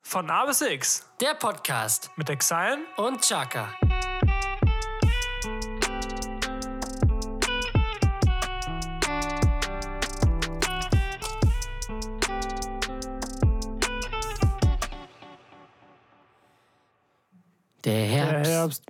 Von A bis X. Der Podcast Mit Exile und Chaka. Der Herbst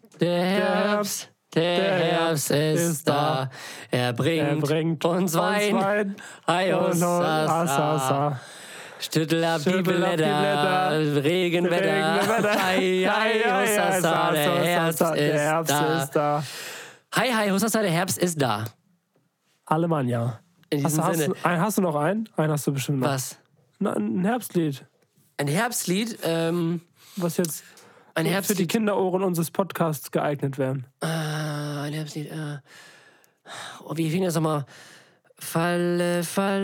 ist da. Er bringt uns Wein. Hi, Hossa. Schüttel ab die Blätter, Regenwetter. Hi, Hossa, der Herbst ist da. Hi, Hossa, der Herbst ist da. Alemannia. In diesem Sinne. Hast du noch einen? Einen hast du bestimmt noch. Was? Ein Herbstlied. Ein Herbstlied? Was jetzt ein für Herbstlied. die Kinderohren unseres Podcasts geeignet wären. Ein Herbstlied. Wie fing das nochmal? Falle,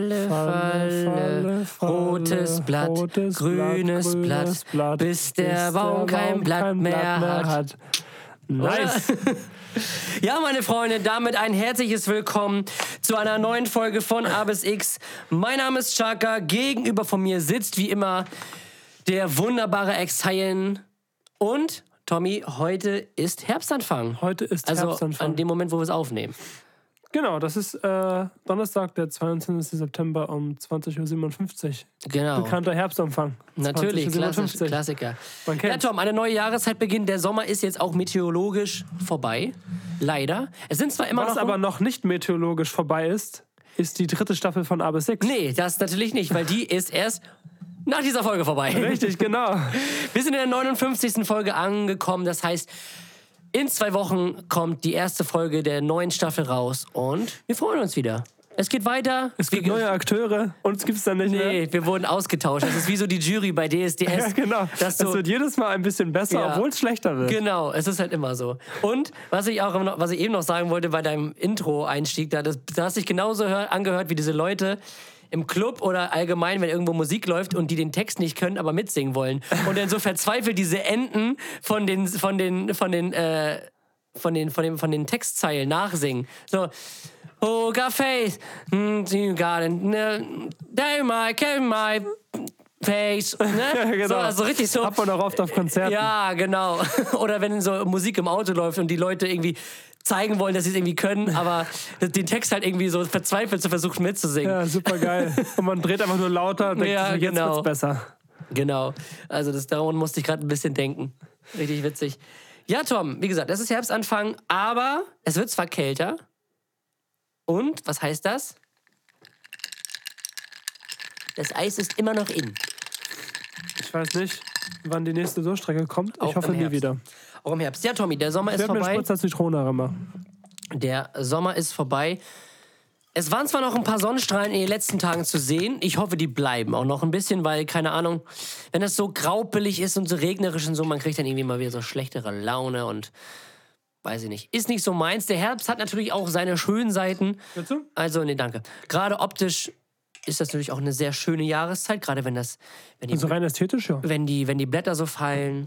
rotes Blatt, grünes Blatt, bis der Baum kein Blatt mehr hat. Nice. Ja, meine Freunde, damit ein herzliches Willkommen zu einer neuen Folge von A bis X. Mein Name ist Chaka, gegenüber von mir sitzt wie immer der wunderbare Exile. Und, Tommy, heute ist Herbstanfang. Heute ist Herbstanfang. Also an dem Moment, wo wir es aufnehmen. Genau, das ist Donnerstag, der 22. September um 20.57 Uhr. Genau. Bekannter Herbstanfang. Natürlich, 20:57 Uhr. Klassiker. Man Ja, kennt's. Tom, eine neue Jahreszeit beginnt. Der Sommer ist jetzt auch meteorologisch vorbei. Leider. Es sind zwar immer Was noch... aber noch nicht meteorologisch vorbei ist die dritte Staffel von A bis X. Nee, das natürlich nicht, weil die ist erst nach dieser Folge vorbei. Richtig, genau. Wir sind in der 59. Folge angekommen. Das heißt, in 2 Wochen kommt die erste Folge der neuen Staffel raus und wir freuen uns wieder. Es geht weiter. Es gibt neue Akteure, uns gibt es dann nicht mehr. Nee, wir wurden ausgetauscht. Das ist wie so die Jury bei DSDS. Ja, genau. Das Es wird jedes Mal ein bisschen besser, Ja. obwohl es schlechter wird. Genau, es ist halt immer so. Und was ich eben noch sagen wollte bei deinem Intro-Einstieg, da hast dich genauso angehört wie diese Leute im Club oder allgemein, wenn irgendwo Musik läuft und die den Text nicht können, aber mitsingen wollen. Und dann so verzweifelt diese Enden von den Textzeilen nachsingen. So, Poker Face, you got it, my face. Ne? Ja, genau. So, also richtig so. Hat man auch oft auf Konzerten. Ja, genau. Oder wenn so Musik im Auto läuft und die Leute irgendwie zeigen wollen, dass sie es irgendwie können, aber den Text halt irgendwie so verzweifelt zu versuchen mitzusingen. Ja, super geil. Und man dreht einfach nur lauter und denkt, Ja, sich, jetzt genau. wird's besser. Genau. Also daran musste ich gerade ein bisschen denken. Richtig witzig. Ja, Tom, wie gesagt, das ist Herbstanfang, aber es wird zwar kälter. Und, was heißt das? Das Eis ist immer noch in. Ich weiß nicht, wann die nächste Durchstrecke kommt. Auch Ich hoffe im nie Herbst. wieder. Auch im Herbst. Ja, Tommy, der Sommer Ich ist werde mir einen vorbei. Spritzer Zitronenere machen. Der Sommer ist vorbei. Es waren zwar noch ein paar Sonnenstrahlen in den letzten Tagen zu sehen. Ich hoffe, die bleiben auch noch ein bisschen, weil, keine Ahnung, wenn das so graupelig ist und so regnerisch und so, man kriegt dann irgendwie mal wieder so schlechtere Laune und weiß ich nicht. Ist nicht so meins. Der Herbst hat natürlich auch seine schönen Seiten. Willst du? Also, nee, danke. Gerade optisch ist das natürlich auch eine sehr schöne Jahreszeit, gerade wenn die Also rein ästhetisch, ja. wenn die Blätter so fallen.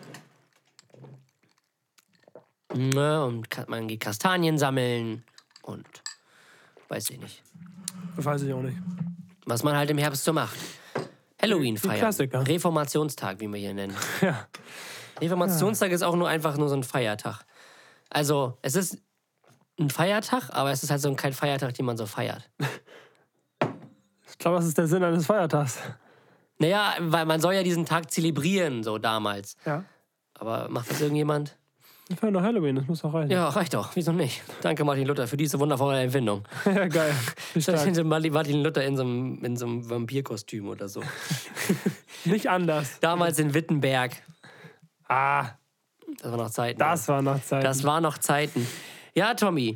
Ne, und man geht Kastanien sammeln und weiß ich nicht. Weiß ich auch nicht. Was man halt im Herbst so macht. Halloween Die feiern. Klassiker. Reformationstag, wie wir hier nennen. Ja. Reformationstag ist auch einfach nur so ein Feiertag. Also, es ist ein Feiertag, aber es ist halt so kein Feiertag, den man so feiert. Ich glaube, das ist der Sinn eines Feiertags. Naja, weil man soll ja diesen Tag zelebrieren, so damals. Ja. Aber macht das irgendjemand? Wir feiern noch Halloween, das muss auch reichen. Ja, reicht doch. Wieso nicht? Danke, Martin Luther, für diese wundervolle Erfindung. Ja, geil. Wie Ich stark. finde Martin Luther in so einem Vampirkostüm oder so. Nicht anders. Damals in Wittenberg. Ah, Das war noch Zeiten. das war noch Zeit. Das war noch Zeiten. Ja, Tommy.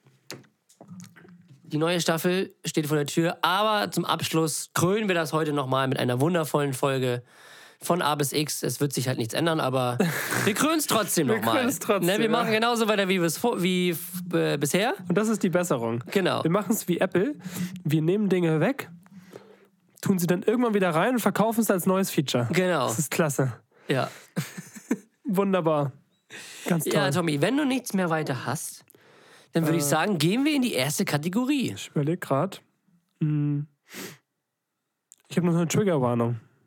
Die neue Staffel steht vor der Tür, aber zum Abschluss krönen wir das heute nochmal mit einer wundervollen Folge von A bis X. Es wird sich halt nichts ändern, aber wir krönen es trotzdem nochmal. krönen's trotzdem, Ne, wir ja. machen genauso weiter wie bisher. Und das ist die Besserung. Genau. Wir machen es wie Apple. Wir nehmen Dinge weg, tun sie dann irgendwann wieder rein und verkaufen es als neues Feature. Genau. Das ist klasse. Ja. Wunderbar. Ganz toll. Ja, Tommy, wenn du nichts mehr weiter hast, dann würde ich sagen, gehen wir in die erste Kategorie. Ich überlege gerade. Ich habe noch eine Triggerwarnung.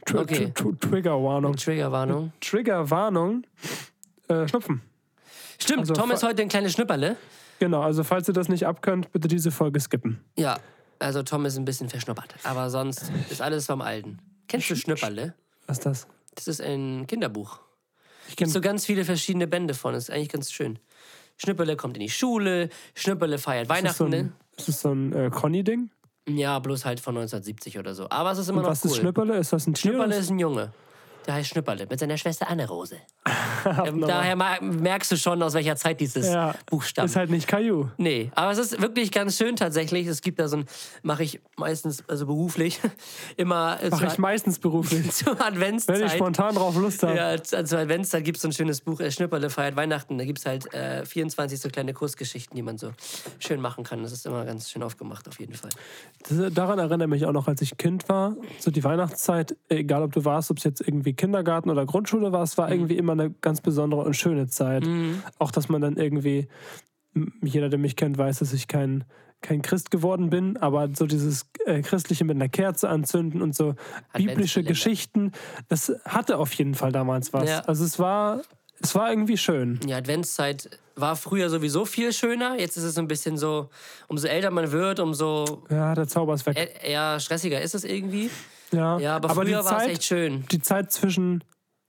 Okay. Triggerwarnung. Triggerwarnung. Triggerwarnung. Schnupfen. Stimmt, Also Tom ist heute ein kleines Schnüpperle. Genau, also falls ihr das nicht abkönnt, bitte diese Folge skippen. Ja, also Tom ist ein bisschen verschnuppert. Aber sonst ist alles vom Alten. Kennst du Schnüpperle? Was ist das? Das ist ein Kinderbuch. Ich Gibt kenn, so ganz viele verschiedene Bände von. Das ist eigentlich ganz schön. Schnüpperle kommt in die Schule, Schnüpperle feiert Weihnachten. Ne? ist das so ein Conny-Ding? Ja, bloß halt von 1970 oder so. Aber es ist immer Und noch was cool. ist Schnüpperle? Ist das ein Tier? Schnüpperle ist ein Junge. Der heißt Schnüpperle mit seiner Schwester Anne-Rose. Daher merkst du schon, aus welcher Zeit dieses Buch stammt. Ist halt nicht Caillou. Nee, aber es ist wirklich ganz schön tatsächlich. Es gibt da so ein, mache ich meistens, also beruflich, immer Mache ich meistens beruflich. zur Adventszeit. Wenn ich spontan drauf Lust habe. Ja, zur Adventszeit gibt es so ein schönes Buch, Schnüpperle feiert Weihnachten. Da gibt es halt 24 so kleine Kurzgeschichten, die man so schön machen kann. Das ist immer ganz schön aufgemacht, auf jeden Fall. Daran erinnere ich mich auch noch, als ich Kind war, so die Weihnachtszeit, egal ob du warst, ob es jetzt irgendwie Kindergarten oder Grundschule war, es war irgendwie immer eine ganz besondere und schöne Zeit. Auch, dass man dann irgendwie, jeder, der mich kennt, weiß, dass ich kein Christ geworden bin, aber so dieses Christliche mit einer Kerze anzünden und so biblische Geschichten, das hatte auf jeden Fall damals was. Ja. Also es war irgendwie schön. Die Adventszeit war früher sowieso viel schöner. Jetzt ist es so ein bisschen so, umso älter man wird, umso Ja, der Zauber ist weg. eher stressiger ist es irgendwie. Ja, Ja, aber früher war es echt schön. Die Zeit zwischen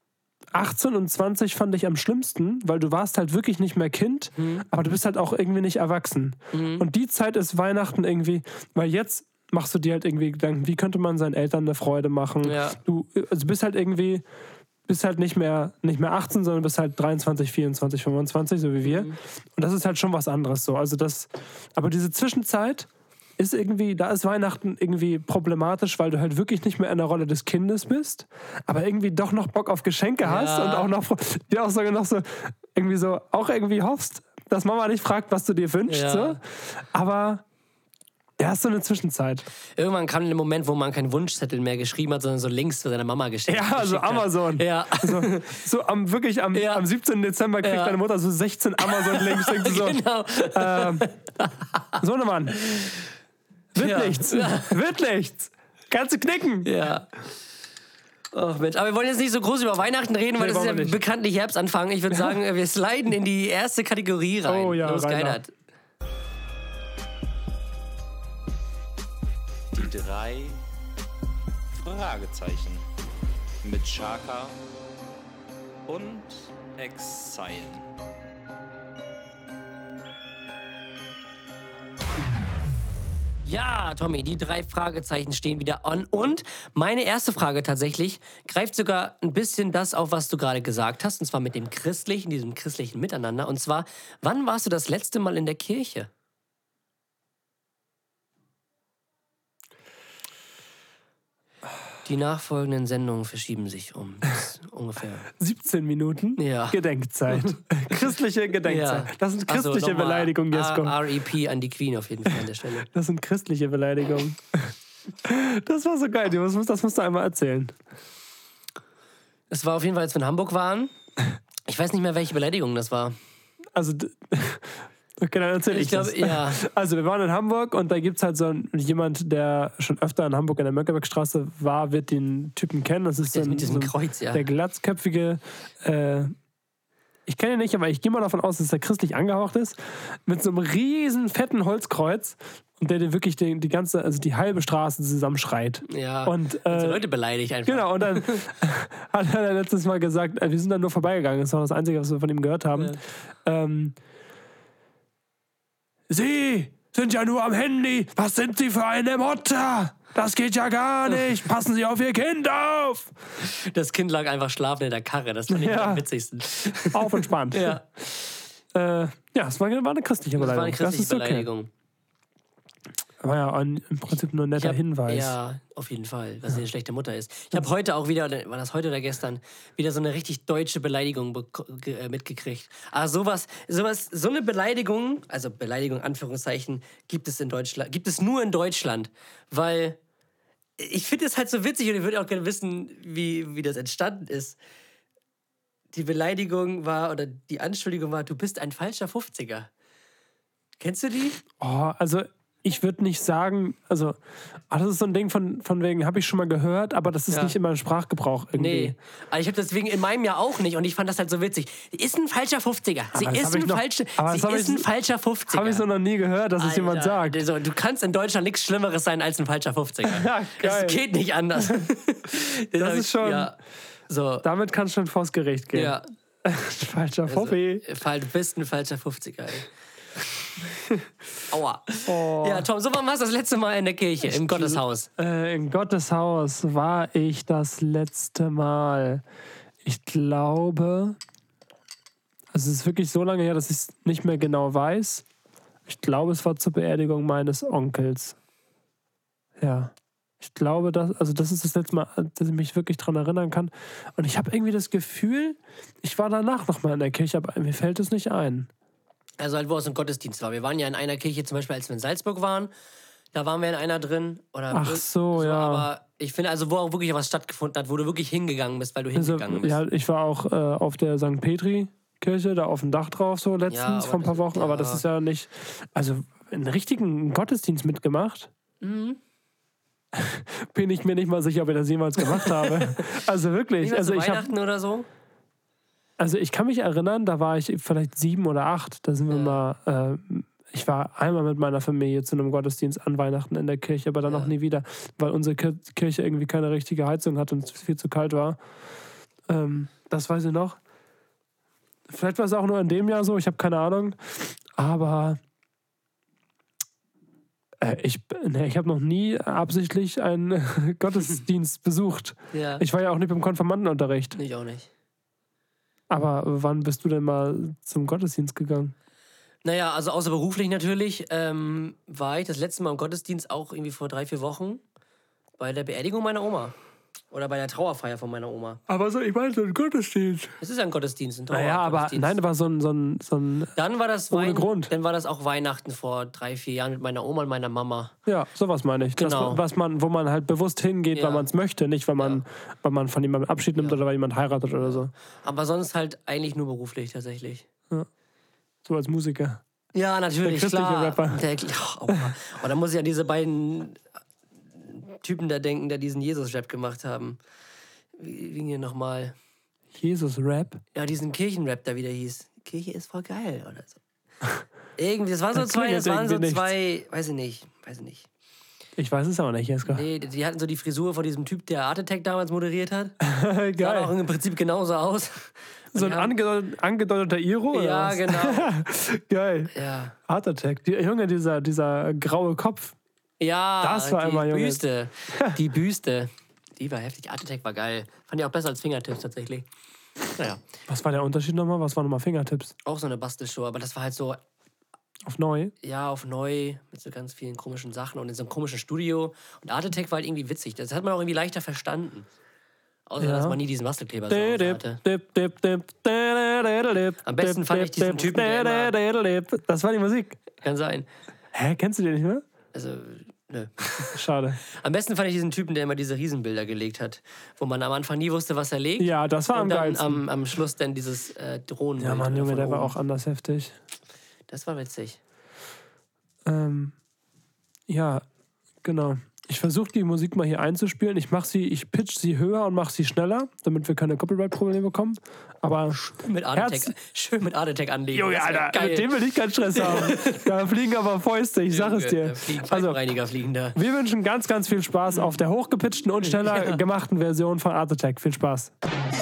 18 und 20 fand ich am schlimmsten, weil du warst halt wirklich nicht mehr Kind, aber du bist halt auch irgendwie nicht erwachsen. Und die Zeit ist Weihnachten irgendwie, weil jetzt machst du dir halt irgendwie Gedanken, wie könnte man seinen Eltern eine Freude machen. Ja. Du bist halt irgendwie, bist halt nicht mehr 18, sondern bist halt 23, 24, 25, so wie wir. Und das ist halt schon was anderes so. Also aber diese Zwischenzeit ist irgendwie, da ist Weihnachten irgendwie problematisch, weil du halt wirklich nicht mehr in der Rolle des Kindes bist, aber irgendwie doch noch Bock auf Geschenke hast und auch noch, dir auch sogar noch so irgendwie so, auch irgendwie hoffst, dass Mama nicht fragt, was du dir wünschst. Ja. So. Aber ja, ist so eine Zwischenzeit. Irgendwann kam ein Moment, wo man keinen Wunschzettel mehr geschrieben hat, sondern so Links zu seiner Mama geschickt Ja, also geschickt hat. Amazon. Ja. So am 17. Dezember kriegt deine Mutter so 16 Amazon-Links. So, Genau. Sohnemann, wird nichts. Wird nichts. Kannst du knicken. Ja. Oh Mensch, aber wir wollen jetzt nicht so groß über Weihnachten reden, weil das ist ja bekanntlich Herbstanfang. Ich würde sagen, wir sliden in die erste Kategorie rein. Oh ja, Los, rein Geinert. Die 3 Fragezeichen mit Shaka und Exile. Ja, Tommy, die 3 Fragezeichen stehen wieder on. Und meine erste Frage tatsächlich greift sogar ein bisschen das auf, was du gerade gesagt hast. Und zwar mit dem Christlichen, diesem christlichen Miteinander. Und zwar, wann warst du das letzte Mal in der Kirche? Die nachfolgenden Sendungen verschieben sich um ungefähr 17 Minuten Ja. Gedenkzeit. Christliche Gedenkzeit. Ja. Das sind christliche nochmal Beleidigungen, Jesko. REP an die Queen auf jeden Fall an der Stelle. Das sind christliche Beleidigungen. Das war so geil. Das musst du einmal erzählen. Es war auf jeden Fall, als wir in Hamburg waren. Ich weiß nicht mehr, welche Beleidigung das war. Also, okay, dann erzähl ich glaube, das. ja. Also, wir waren in Hamburg und da gibt es halt so jemand, der schon öfter in Hamburg in der Mönckebergstraße war, wird den Typen kennen. Das ist Der so mit diesem Kreuz, ja. der glatzköpfige, ich kenne ihn nicht, aber ich gehe mal davon aus, dass er christlich angehaucht ist, mit so einem riesen fetten Holzkreuz und der dir wirklich die halbe Straße zusammenschreit. Ja, Und, so Leute beleidigt einfach. Genau, und dann hat er letztes Mal gesagt, wir sind dann nur vorbeigegangen, das war das Einzige, was wir von ihm gehört haben. Ja. Sie sind ja nur am Handy, was sind Sie für eine Mutter? Das geht ja gar nicht, passen Sie auf Ihr Kind auf! Das Kind lag einfach schlafend in der Karre, das fand ich am witzigsten. Auf entspannt. Ja. Es war eine christliche Beleidigung. Das war eine christliche ist okay. Beleidigung. War ja im Prinzip nur ein netter Hinweis. Ja, auf jeden Fall, dass sie eine schlechte Mutter ist. Ich habe heute auch wieder, war das heute oder gestern, wieder so eine richtig deutsche Beleidigung mitgekriegt. Aber so eine Beleidigung, also Beleidigung Anführungszeichen, gibt es nur in Deutschland. Weil ich finde es halt so witzig und ich würde auch gerne wissen, wie das entstanden ist. Die Beleidigung war, oder die Anschuldigung war, du bist ein falscher 50er. Kennst du die? Oh, also ich würde nicht sagen, also, das ist so ein Ding von wegen, habe ich schon mal gehört, aber das ist Ja. nicht immer ein Sprachgebrauch irgendwie. Nee, aber ich habe deswegen in meinem Jahr auch nicht und ich fand das halt so witzig. Sie ist ein falscher 50er. Sie Aber das ist hab ich ein noch- falscher aber das hab ich- ein falscher 50er. Habe ich so noch nie gehört, dass es jemand Alter, sagt. also, du kannst in Deutschland nichts Schlimmeres sein als ein falscher 50er. Ja, geil. Das geht nicht anders. Das ist schon- Ja, so. Damit kann es schon vors Gericht gehen. Ja, Falscher Fuffi. du bist ein falscher 50er, ey. Aua. Oh. Ja, Tom, so wann warst du das letzte Mal in der Kirche, im Gotteshaus? In Gottes Haus war ich das letzte Mal. Ich glaube, also es ist wirklich so lange her, dass ich es nicht mehr genau weiß. Ich glaube, es war zur Beerdigung meines Onkels. Ja. Ich glaube, das ist das letzte Mal, dass ich mich wirklich dran erinnern kann. Und ich habe irgendwie das Gefühl, ich war danach nochmal in der Kirche, aber mir fällt es nicht ein. Also halt, wo es ein Gottesdienst war. Wir waren ja in einer Kirche, zum Beispiel, als wir in Salzburg waren. Da waren wir in einer drin. Oder Ach so, ja. Aber ich finde, also wo auch wirklich was stattgefunden hat, wo du wirklich hingegangen bist, weil du Also, hingegangen bist. ja, ich war auch auf der St. Petri-Kirche, da auf dem Dach drauf, so letztens, aber vor ein paar das- Wochen. Aber das ja. ist ja nicht. Also, einen richtigen Gottesdienst mitgemacht. Bin ich mir nicht mal sicher, ob ich das jemals gemacht habe. Also wirklich. Nicht mehr Also zu ich, hab, Weihnachten oder so? also ich kann mich erinnern, da war ich vielleicht 7 oder 8. Da sind wir mal. Ich war einmal mit meiner Familie zu einem Gottesdienst an Weihnachten in der Kirche, aber dann auch nie wieder, weil unsere Kirche irgendwie keine richtige Heizung hatte und es viel zu kalt war. Das weiß ich noch. Vielleicht war es auch nur in dem Jahr so, ich habe keine Ahnung. Aber ich habe noch nie absichtlich einen Gottesdienst besucht. Ja. Ich war ja auch nicht beim Konfirmandenunterricht. Ich auch nicht. Aber wann bist du denn mal zum Gottesdienst gegangen? Naja, also außer beruflich natürlich, war ich das letzte Mal im Gottesdienst auch irgendwie vor 3-4 Wochen bei der Beerdigung meiner Oma. Oder bei der Trauerfeier von meiner Oma. Aber so, ich meine, so ein Gottesdienst. Es ist ja ein Gottesdienst, ein Naja, aber Trauergottesdienst. nein, da war so ein Dann war das ohne Grund. Dann war das auch Weihnachten vor 3-4 Jahren mit meiner Oma und meiner Mama. ja, sowas meine ich. Genau. Das, wo man halt bewusst hingeht, Ja. weil man es möchte, nicht weil man von jemandem Abschied nimmt oder weil jemand heiratet oder so. Aber sonst halt eigentlich nur beruflich tatsächlich. So als Musiker. Ja, natürlich, Der christliche klar. Rapper. Aber da muss ich an diese beiden Typen da denken, die diesen Jesus-Rap gemacht haben. Wie ging der nochmal? Jesus-Rap. Ja, diesen Kirchenrap, der wieder hieß. Kirche ist voll geil oder so. Irgendwie, das waren so Das zwei, klingelt das waren so irgendwie zwei, weiß ich nicht. Ich weiß es auch nicht, Jesko. Nee, die hatten so die Frisur von diesem Typ, der Art Attack damals moderiert hat. Sah auch Geil. im Prinzip genauso aus. So ein die haben- angedeuteter Iro? oder Ja, was? genau. Geil. Ja. Art Attack. Junge, dieser graue Kopf. Ja, Das war die immer, Junge. Büste. Die Büste. Die war heftig. Art Attack war geil. Fand ich auch besser als Fingertips tatsächlich. Naja, Was war der Unterschied nochmal? Was waren nochmal Fingertips? auch so eine Bastelshow, aber das war halt so, Auf neu? ja, auf neu, mit so ganz vielen komischen Sachen und in so einem komischen Studio. Und Art Attack war halt irgendwie witzig. Das hat man auch irgendwie leichter verstanden. Außer, Ja. dass man nie diesen Bastelkleber so hatte. Am besten fand ich diesen Typen, der Das war die Musik. Kann sein. Hä, kennst du den nicht mehr? Also, nö. Schade. Am besten fand ich diesen Typen, der immer diese Riesenbilder gelegt hat, wo man am Anfang nie wusste, was er legt. Ja, das war am und dann geilsten. am Schluss dann dieses Drohnenbild. Ja, Mann, Junge, von der war oben. auch anders heftig. Das war witzig. Ja, genau. Ich versuche die Musik mal hier einzuspielen. Ich pitch sie höher und mache sie schneller, damit wir keine Copyright-Probleme bekommen. Aber Mit schön mit Art Attack anlegen. Junge, Das wär Alter, geil. mit dem will ich keinen Stress haben. Da fliegen aber Fäuste, ich sag es dir. Da fliegen Also, Pfeifenreiniger fliegen da. wir wünschen ganz, ganz viel Spaß auf der hochgepitchten und schneller gemachten Version von Art Attack. Viel Spaß.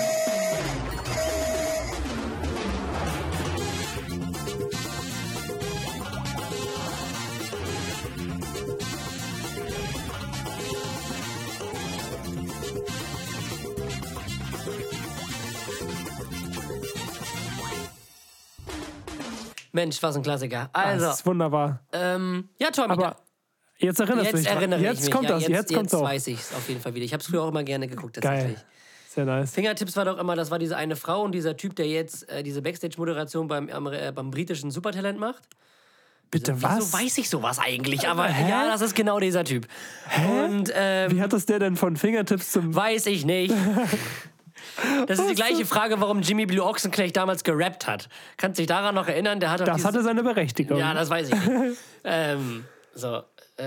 Mensch, was ein Klassiker. Also, Das ist wunderbar. ja, Tommy. Aber jetzt erinnerst du jetzt dich. erinnere ich Jetzt mich. kommt Ja, das. Jetzt kommt's jetzt auch. weiß ich es auf jeden Fall wieder. Ich habe es früher auch immer gerne geguckt, tatsächlich. Geil. Sehr nice. Fingertips war doch immer, das war diese eine Frau und dieser Typ, der jetzt diese Backstage-Moderation beim britischen Supertalent macht. Bitte was? Wieso weiß ich sowas eigentlich? Aber ja, das ist genau dieser Typ. Und Wie hat das der denn von Fingertips zum... weiß ich nicht. Das ist die gleiche Frage, warum Jimmy Blue Ochsenknecht damals gerappt hat. Kannst du dich daran noch erinnern? Der hat doch Das hatte seine Berechtigung. Ja, das weiß ich nicht. So,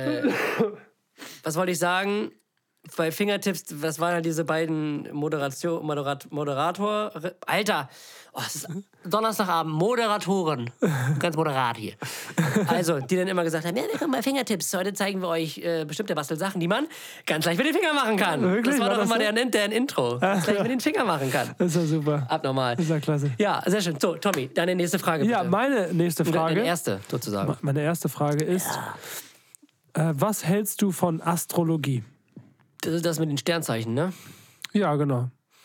was wollte ich sagen? Bei Fingertips, was waren diese beiden Moderator... Alter, es ist Donnerstagabend, Moderatoren. Ganz moderat hier. Also, die dann immer gesagt haben, ja, wir kommen bei Fingertips. Heute zeigen wir euch bestimmte Bastelsachen, die man ganz leicht mit den Fingern machen kann. Wirklich? Das war doch immer so? deren Intro. Ganz leicht mit den Fingern machen kann. Das ist ja super. Abnormal. Das ist ja klasse. Ja, sehr schön. So, Tommy, deine nächste Frage bitte. Ja, meine nächste Frage. Deine erste, sozusagen. Meine erste Frage ist, was hältst du von Astrologie? Das ist das mit den Sternzeichen, ne? Ja, genau.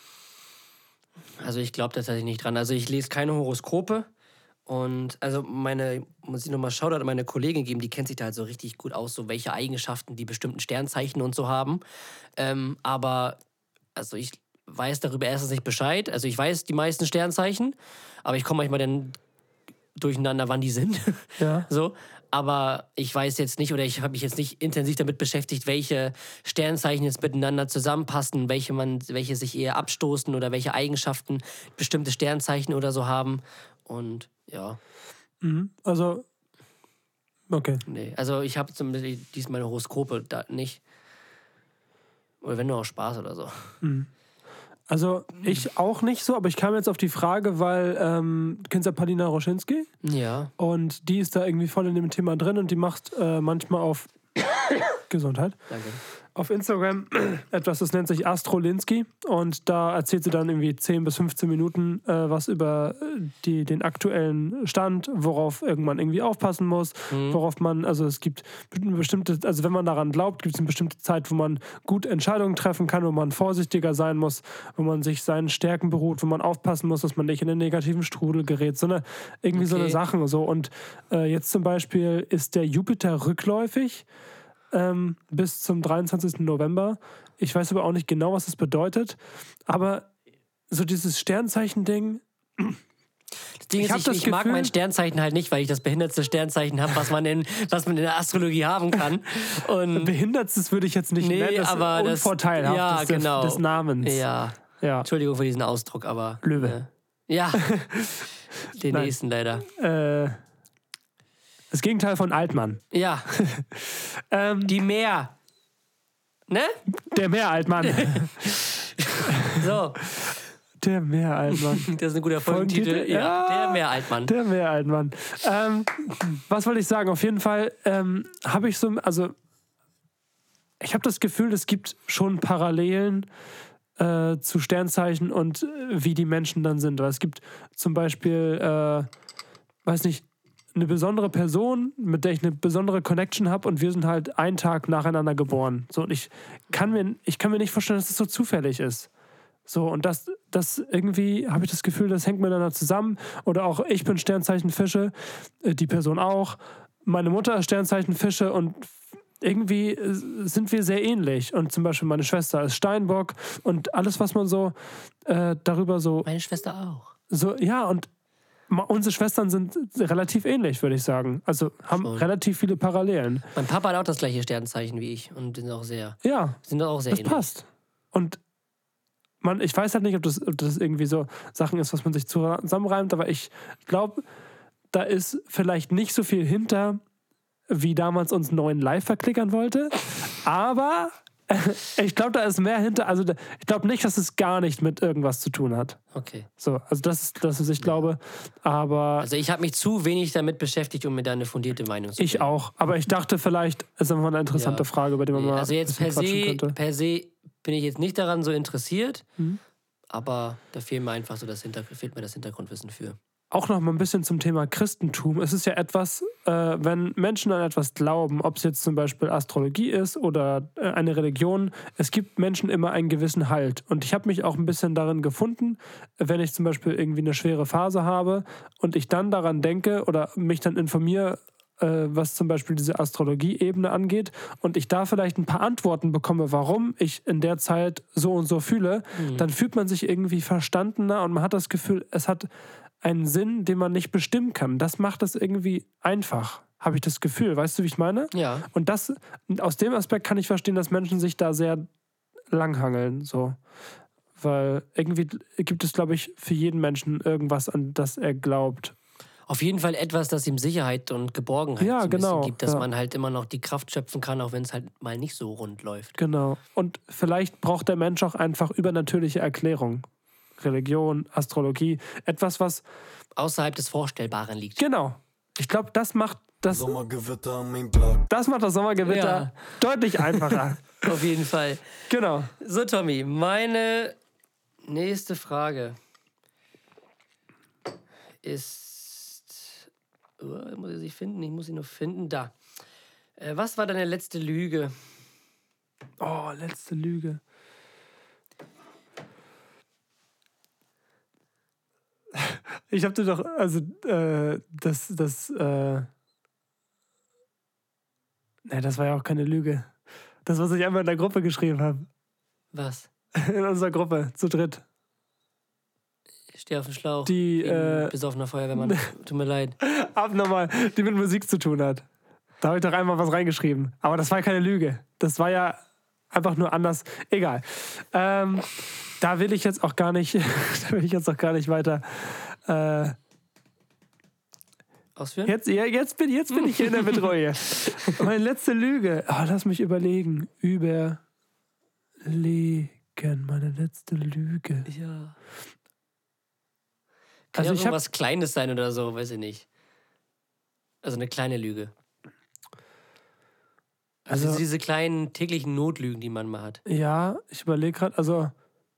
Also ich glaube tatsächlich nicht dran. Also ich lese keine Horoskope. Und also muss ich nochmal Shoutout an meine Kollegin geben, die kennt sich da halt so richtig gut aus, so welche Eigenschaften die bestimmten Sternzeichen und so haben. Aber also ich weiß darüber erstens nicht Bescheid. Also ich weiß die meisten Sternzeichen, aber ich komme manchmal dann durcheinander, wann die sind. Ja. So. Aber ich weiß jetzt nicht, oder ich habe mich jetzt nicht intensiv damit beschäftigt, welche Sternzeichen jetzt miteinander zusammenpassen, welche sich eher abstoßen oder welche Eigenschaften bestimmte Sternzeichen oder so haben. Und ja. Also, okay. Nee, also ich habe diesmal meine Horoskope da nicht. Oder wenn nur auch Spaß oder so. Also, ich auch nicht so, aber ich kam jetzt auf die Frage, weil du kennst ja Paulina Roschinski Ja. und die ist da irgendwie voll in dem Thema drin und die macht manchmal auf Gesundheit. Danke. Auf Instagram etwas, das nennt sich Astrolinski und da erzählt sie dann irgendwie 10 bis 15 Minuten was über den aktuellen Stand, worauf irgendwann irgendwie aufpassen muss, worauf man, also es gibt eine bestimmte, also wenn man daran glaubt, gibt es eine bestimmte Zeit, wo man gut Entscheidungen treffen kann, wo man vorsichtiger sein muss, wo man sich seinen Stärken beruht, wo man aufpassen muss, dass man nicht in den negativen Strudel gerät, so eine Sachen so. Und jetzt zum Beispiel ist der Jupiter rückläufig bis zum 23. November. Ich weiß aber auch nicht genau, was das bedeutet. Aber so dieses Sternzeichen-Ding. Das Ding ist, ich mag mein Sternzeichen halt nicht, weil ich das behindertste Sternzeichen habe, was man in der Astrologie haben kann. Und behindertstes würde ich jetzt nicht nennen, das aber ist unvorteilhaft des Namens. Ja. Entschuldigung für diesen Ausdruck, aber... Löwe. Ja, den nächsten leider. Das Gegenteil von Altmann. Ja. Die Meer. Ne? Der Meeraltmann. So. Der Meeraltmann. Das ist ein guter Folgentitel. Ja, der Meeraltmann. Der Meeraltmann. Was wollte ich sagen? Auf jeden Fall habe ich ich habe das Gefühl, es gibt schon Parallelen zu Sternzeichen und wie die Menschen dann sind. Weil es gibt zum Beispiel, eine besondere Person, mit der ich eine besondere Connection habe und wir sind halt einen Tag nacheinander geboren. So, und ich kann mir nicht vorstellen, dass das so zufällig ist. So, und das irgendwie habe ich das Gefühl, das hängt miteinander zusammen. Oder auch ich bin Sternzeichen Fische, die Person auch. Meine Mutter ist Sternzeichen Fische und irgendwie sind wir sehr ähnlich. Und zum Beispiel meine Schwester ist Steinbock und alles, was man so darüber so... Meine Schwester auch. So, ja, und unsere Schwestern sind relativ ähnlich, würde ich sagen. Also haben relativ viele Parallelen. Mein Papa hat auch das gleiche Sternzeichen wie ich und sind auch sehr das ähnlich. Passt. Und ich weiß halt nicht, ob das irgendwie so Sachen ist, was man sich zusammenreimt, aber ich glaube, da ist vielleicht nicht so viel hinter, wie damals uns 9 Live verklickern wollte. Aber ich glaube, da ist mehr hinter. Also ich glaube nicht, dass es gar nicht mit irgendwas zu tun hat. Okay. So, also das ist, was ich glaube. Aber also ich habe mich zu wenig damit beschäftigt, um mir da eine fundierte Meinung zu geben. Ich auch. Aber ich dachte, vielleicht ist einfach mal eine interessante Frage, über die man mal also jetzt per se bin ich jetzt nicht daran so interessiert, aber da fehlt mir einfach so das Hintergrundwissen für. Auch noch mal ein bisschen zum Thema Christentum. Es ist ja etwas, wenn Menschen an etwas glauben, ob es jetzt zum Beispiel Astrologie ist oder eine Religion, es gibt Menschen immer einen gewissen Halt. Und ich habe mich auch ein bisschen darin gefunden, wenn ich zum Beispiel irgendwie eine schwere Phase habe und ich dann daran denke oder mich dann informiere, was zum Beispiel diese Astrologie-Ebene angeht und ich da vielleicht ein paar Antworten bekomme, warum ich in der Zeit so und so fühle, dann fühlt man sich irgendwie verstandener und man hat das Gefühl, es hat einen Sinn, den man nicht bestimmen kann. Das macht es irgendwie einfach, habe ich das Gefühl. Weißt du, wie ich meine? Ja. Und aus dem Aspekt kann ich verstehen, dass Menschen sich da sehr langhangeln, so. Weil irgendwie gibt es, glaube ich, für jeden Menschen irgendwas, an das er glaubt. Auf jeden Fall etwas, das ihm Sicherheit und Geborgenheit Ja, so ein genau, bisschen gibt, dass ja. man halt immer noch die Kraft schöpfen kann, auch wenn es halt mal nicht so rund läuft. Genau. Und vielleicht braucht der Mensch auch einfach übernatürliche Erklärung. Religion, Astrologie, etwas, was... Außerhalb des Vorstellbaren liegt. Genau. Ich glaube, das macht das Sommergewitter an meinem Block. Das macht das Sommergewitter Ja. deutlich einfacher. Auf jeden Fall. Genau. So, Tommy, meine nächste Frage ist... muss ich sie finden? Ich muss sie nur finden. Da. Was war deine letzte Lüge? Oh, letzte Lüge. Ich hab dir doch, also, ne, das war ja auch keine Lüge. Das, was ich einmal in der Gruppe geschrieben habe. Was? In unserer Gruppe, zu dritt. Ich stehe auf dem Schlauch. Die, wegen besoffener Feuerwehrmann. Tut mir leid. Abnormal, die mit Musik zu tun hat. Da habe ich doch einmal was reingeschrieben. Aber das war keine Lüge. Das war ja einfach nur anders. Egal. Da will ich jetzt auch gar nicht, weiter. Ausführen? Jetzt bin ich hier in der Betreue. Meine letzte Lüge. Oh, lass mich überlegen. Meine letzte Lüge. Ja. Also Kann ja ich hab- irgendwas Kleines sein oder so, weiß ich nicht. Also eine kleine Lüge. Also Also, diese kleinen täglichen Notlügen, die man mal hat. ja, ich überlege gerade, also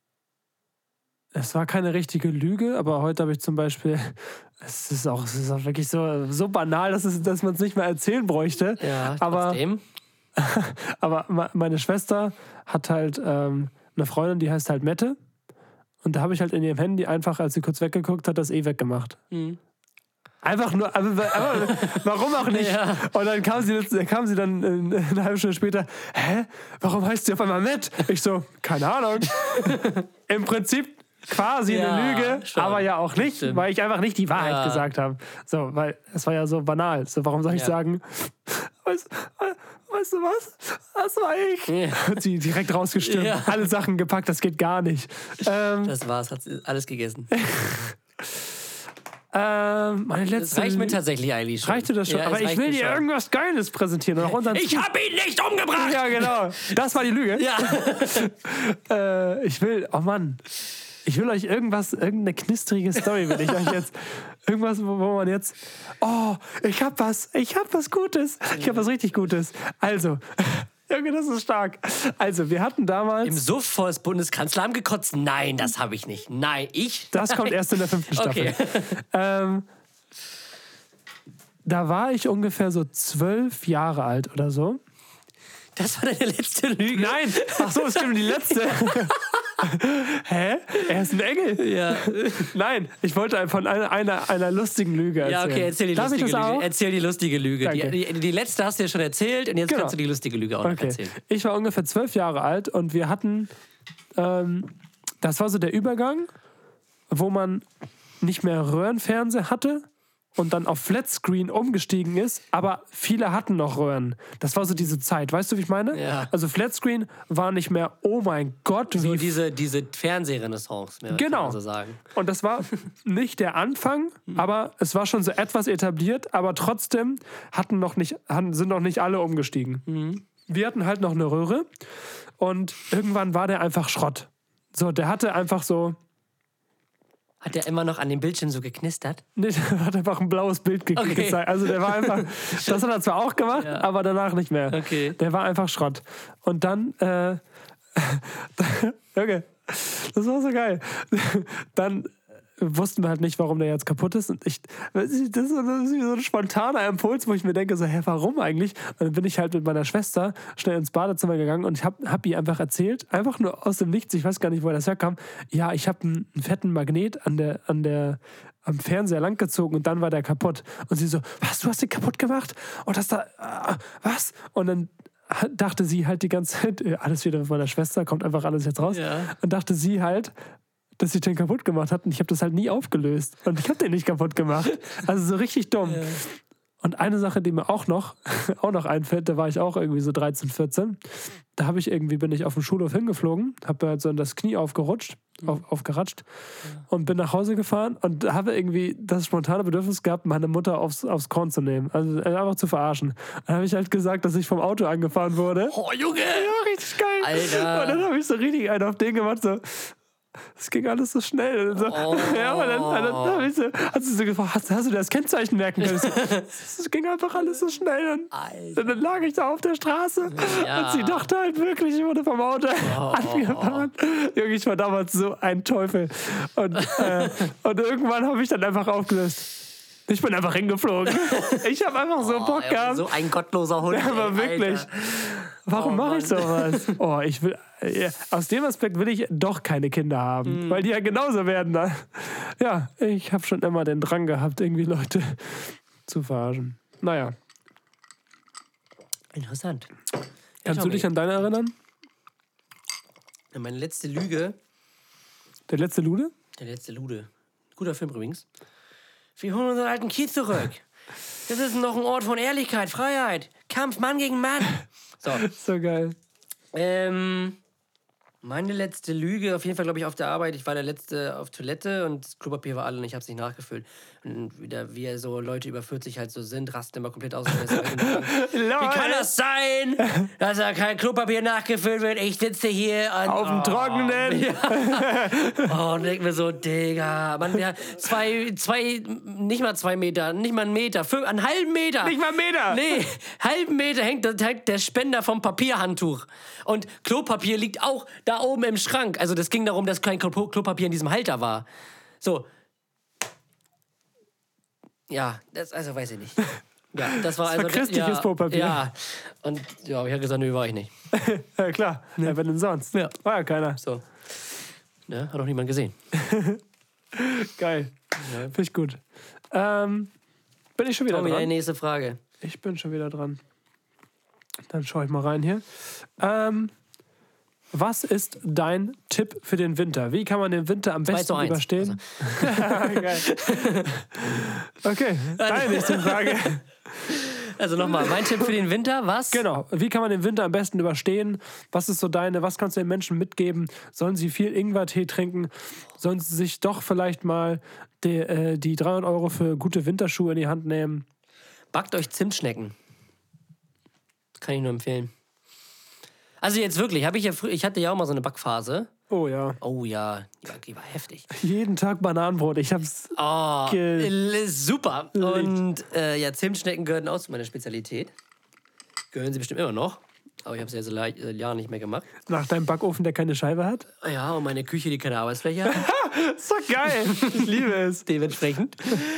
es war keine richtige Lüge, aber heute habe ich zum Beispiel, es ist auch wirklich so banal, dass man es nicht mehr erzählen bräuchte. Ja, aber, trotzdem. aber meine Schwester hat halt eine Freundin, die heißt halt Mette. Und da habe ich halt in ihrem Handy einfach, als sie kurz weggeguckt hat, das weggemacht. Mhm. Einfach nur, aber warum auch nicht? Ja. Und dann kam sie dann eine halbe Stunde später, hä? Warum heißt sie auf einmal Matt? Ich so, keine Ahnung. Im Prinzip quasi Ja, eine Lüge, schon. aber ja auch nicht, Stimmt. weil ich einfach nicht die Wahrheit Ja. gesagt habe. So, weil es war ja so banal. So, warum soll ich Ja. sagen, weißt du was? Das war ich. Ja. Hat sie direkt rausgestimmt. Ja. Alle Sachen gepackt, das geht gar nicht. Das war's, hat alles gegessen. Meine Das letzte reicht mir Lüge- tatsächlich eigentlich schon. Reichte das schon? Ja, aber es ich reicht will mir dir schon. irgendwas Geiles präsentieren. Und auch unseren Ich hab ihn nicht umgebracht! Ja, genau. Das war die Lüge. Ja. Ich will euch irgendeine knisterige Story will ich euch jetzt. Irgendwas, wo man jetzt, ich hab was Gutes. Ich hab was richtig Gutes. Also, Junge, das ist stark. Also, wir hatten damals, Im Suff vor das Bundeskanzleramt gekotzt? Nein, das habe ich nicht. Nein, ich? das kommt erst in der 5. Staffel. Okay. Da war ich ungefähr so 12 Jahre alt oder so. Das war deine letzte Lüge? Nein, ach so, es stimmt, die letzte. Hä? Er ist ein Engel? Ja. Nein, ich wollte von einer lustigen Lüge erzählen. Ja, okay, erzähl die Darf ich lustige das auch? Lüge. Erzähl die lustige Lüge. Danke. Die letzte hast du ja schon erzählt und jetzt Genau. kannst du die lustige Lüge auch noch Okay. erzählen. Ich war ungefähr 12 Jahre alt und wir hatten, das war so der Übergang, wo man nicht mehr Röhrenfernseher hatte und dann auf Flatscreen umgestiegen ist, aber viele hatten noch Röhren. Das war so diese Zeit, weißt du, wie ich meine? Ja. Also Flatscreen war nicht mehr, oh mein Gott, So wie diese Fernsehrenaissance, kann Genau. man so sagen. Und das war nicht der Anfang, aber es war schon so etwas etabliert, aber trotzdem sind noch nicht alle umgestiegen. Wir hatten halt noch eine Röhre und irgendwann war der einfach Schrott. So, der hatte einfach so, Hat der immer noch an dem Bildschirm so geknistert? nee, der hat einfach ein blaues Bild Okay. gezeigt. Also der war einfach, das hat er zwar auch gemacht, Ja. aber danach nicht mehr. Okay. Der war einfach Schrott. Und dann, okay, das war so geil. Dann wussten wir halt nicht, warum der jetzt kaputt ist. Und das ist so ein spontaner Impuls, wo ich mir denke, so, hä, warum eigentlich? Und dann bin ich halt mit meiner Schwester schnell ins Badezimmer gegangen und ich hab ihr einfach erzählt, einfach nur aus dem Nichts, ich weiß gar nicht, woher das herkam, ja, ich habe einen fetten Magnet am Fernseher langgezogen und dann war der kaputt. Und sie so, was, du hast den kaputt gemacht? Und das da, was? Und dann dachte sie halt die ganze Zeit, alles wieder mit meiner Schwester, kommt einfach alles jetzt raus. Ja. Und dachte sie halt, dass ich den kaputt gemacht habe und ich habe das halt nie aufgelöst. Und ich habe den nicht kaputt gemacht. Also so richtig dumm. Und eine Sache, die mir auch noch einfällt, da war ich auch irgendwie so 13, 14. Da bin ich auf dem Schulhof hingeflogen, habe halt so in das Knie aufgeratscht und bin nach Hause gefahren und habe irgendwie das spontane Bedürfnis gehabt, meine Mutter aufs Korn zu nehmen. Also einfach zu verarschen. Dann habe ich halt gesagt, dass ich vom Auto angefahren wurde. Oh, Junge! Ja, richtig geil. Alter. Und dann habe ich so richtig einen auf den gemacht, so. Es ging alles so schnell. Und so. Ja, und dann habe ich so, hat sie so gefragt, hast du das Kennzeichen merken können? Es ging einfach alles so schnell. Und dann lag ich da auf der Straße und sie dachte halt wirklich, ich wurde vom Auto angefahren. Junge, ich war damals so ein Teufel. Und irgendwann habe ich dann einfach aufgelöst. Ich bin einfach hingeflogen. Ich habe einfach so Bock gehabt. So ein gottloser Hund. Ja, aber wirklich. Alter. Warum mache ich sowas? Aus dem Aspekt will ich doch keine Kinder haben, weil die ja genauso werden. Ja, ich habe schon immer den Drang gehabt, irgendwie Leute zu verarschen. Naja. Interessant. Kannst du dich an deine erinnern? Meine letzte Lüge. Der letzte Lude? Der letzte Lude. Guter Film übrigens. Wir holen unseren alten Kiez zurück. Das ist noch ein Ort von Ehrlichkeit, Freiheit, Kampf, Mann gegen Mann. So geil. Meine letzte Lüge, auf jeden Fall, glaube ich, auf der Arbeit. Ich war der Letzte auf Toilette und das Klopapier war alle und ich habe es nicht nachgefüllt. Und wieder, wie so Leute über 40 halt so sind, rasten immer komplett aus. Wie kann das sein, dass da kein Klopapier nachgefüllt wird? Ich sitze hier auf dem Trockenen. Ja. Und denke mir so, Digga, Mann, ja, nicht mal 2 Meter, nicht mal einen Meter, einen halben Meter. Nicht mal einen Meter. Nee, halben Meter hängt der Spender vom Papierhandtuch. Und Klopapier liegt auch da oben im Schrank. Also das ging darum, dass kein Klopapier in diesem Halter war. So. Ja, also weiß ich nicht. Ja, das war also christliches Klopapier. Ja. Und ja, ich habe gesagt, nö, war ich nicht. Ja, klar. Ne. Ja, wenn denn sonst? Ja. War ja keiner. So. Ja, hat auch niemand gesehen. Geil. Ja. Finde ich gut. Bin ich schon wieder dran? Die nächste Frage. Ich bin schon wieder dran. Dann schaue ich mal rein hier. Was ist dein Tipp für den Winter? Wie kann man den Winter am besten überstehen? Also. Geil. Okay, deine nächste Frage. Also nochmal, mein Tipp für den Winter, was? Genau, wie kann man den Winter am besten überstehen? Was ist so was kannst du den Menschen mitgeben? Sollen sie viel Ingwertee trinken? Sollen sie sich doch vielleicht mal die 300 € für gute Winterschuhe in die Hand nehmen? Backt euch Zimtschnecken. Kann ich nur empfehlen. Also jetzt wirklich, ich hatte ja auch mal so eine Backphase. Oh ja. Oh ja, die war heftig. Jeden Tag Bananenbrot, ich hab's super. Und Zimtschnecken gehören auch zu meiner Spezialität. Gehören sie bestimmt immer noch. Aber ich habe es ja seit Jahren nicht mehr gemacht. Nach deinem Backofen, der keine Scheibe hat? Ja, und meine Küche, die keine Arbeitsfläche hat. Ist doch geil. Ich liebe es. Dementsprechend.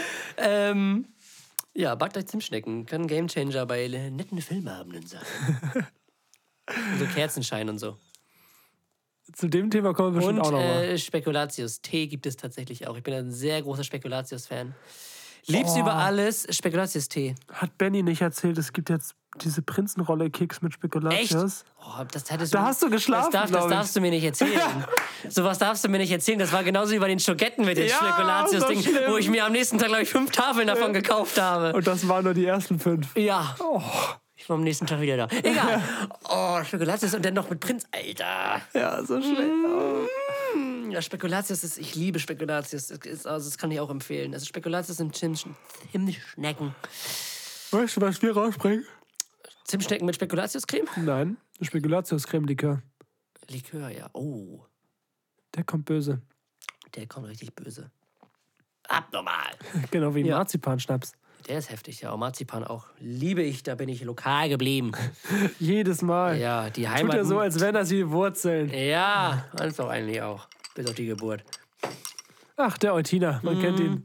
Ja, backt euch Zimtschnecken. Kann ein Gamechanger bei netten Filmabenden sein. So Kerzenschein und so. Zu dem Thema kommen wir bestimmt auch noch mal. Spekulatius. Tee gibt es tatsächlich auch. Ich bin ein sehr großer Spekulatius-Fan. Liebst über alles Spekulatius-Tee. Hat Benny nicht erzählt, es gibt jetzt diese Prinzenrolle-Keks mit Spekulatius? Echt? Oh, da hast du geschlafen, das darfst du mir nicht erzählen. Sowas darfst du mir nicht erzählen. Das war genauso wie bei den Schogetten mit den Spekulatius-Ding, wo ich mir am nächsten Tag, glaube ich, 5 Tafeln davon gekauft habe. Und das waren nur die ersten 5. Ja. Oh. Ich war am nächsten Tag wieder da. Egal. Oh, Spekulatius und dann noch mit Prinz, Alter. Ja, so schön. Ja, Spekulatius ist, ich liebe Spekulatius. Das kann ich auch empfehlen. Also Spekulatius sind Zimtschnecken. Weißt du, was wir rausbringen? Zimtschnecken mit Spekulatiuscreme? Nein, Spekulatiuscreme-Likör. Likör, ja. Oh. Der kommt böse. Der kommt richtig böse. Abnormal. Genau wie Marzipanschnaps. Der ist heftig, ja. Marzipan auch. Liebe ich, da bin ich lokal geblieben. Jedes Mal. Ja, die Heimat. Tut ja so, als wären das wie Wurzeln. Ja, das ist doch eigentlich auch. Bis auf die Geburt. Ach, der Eutiner, man kennt ihn.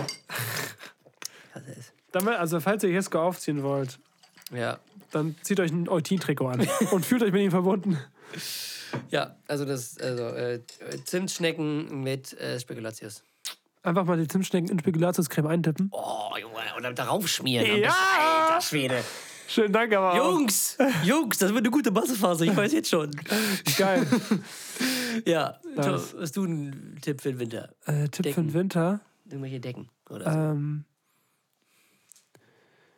Was ist? Also, falls ihr Jesko aufziehen wollt, dann zieht euch ein Eutin-Trikot an und fühlt euch mit ihm verbunden. Ja, also Zimtschnecken mit Spekulatius. Einfach mal die Zimtschnecken in Spekulatiuscreme eintippen. Oh, Junge, und dann darauf schmieren. Ja! Alter Schwede. Schönen Dank aber auch. Jungs, das wird eine gute Massephase, ich weiß jetzt schon. Geil. Ja, nice. Hast du einen Tipp für den Winter? Tipp für den Winter? Irgendwelche Decken oder so.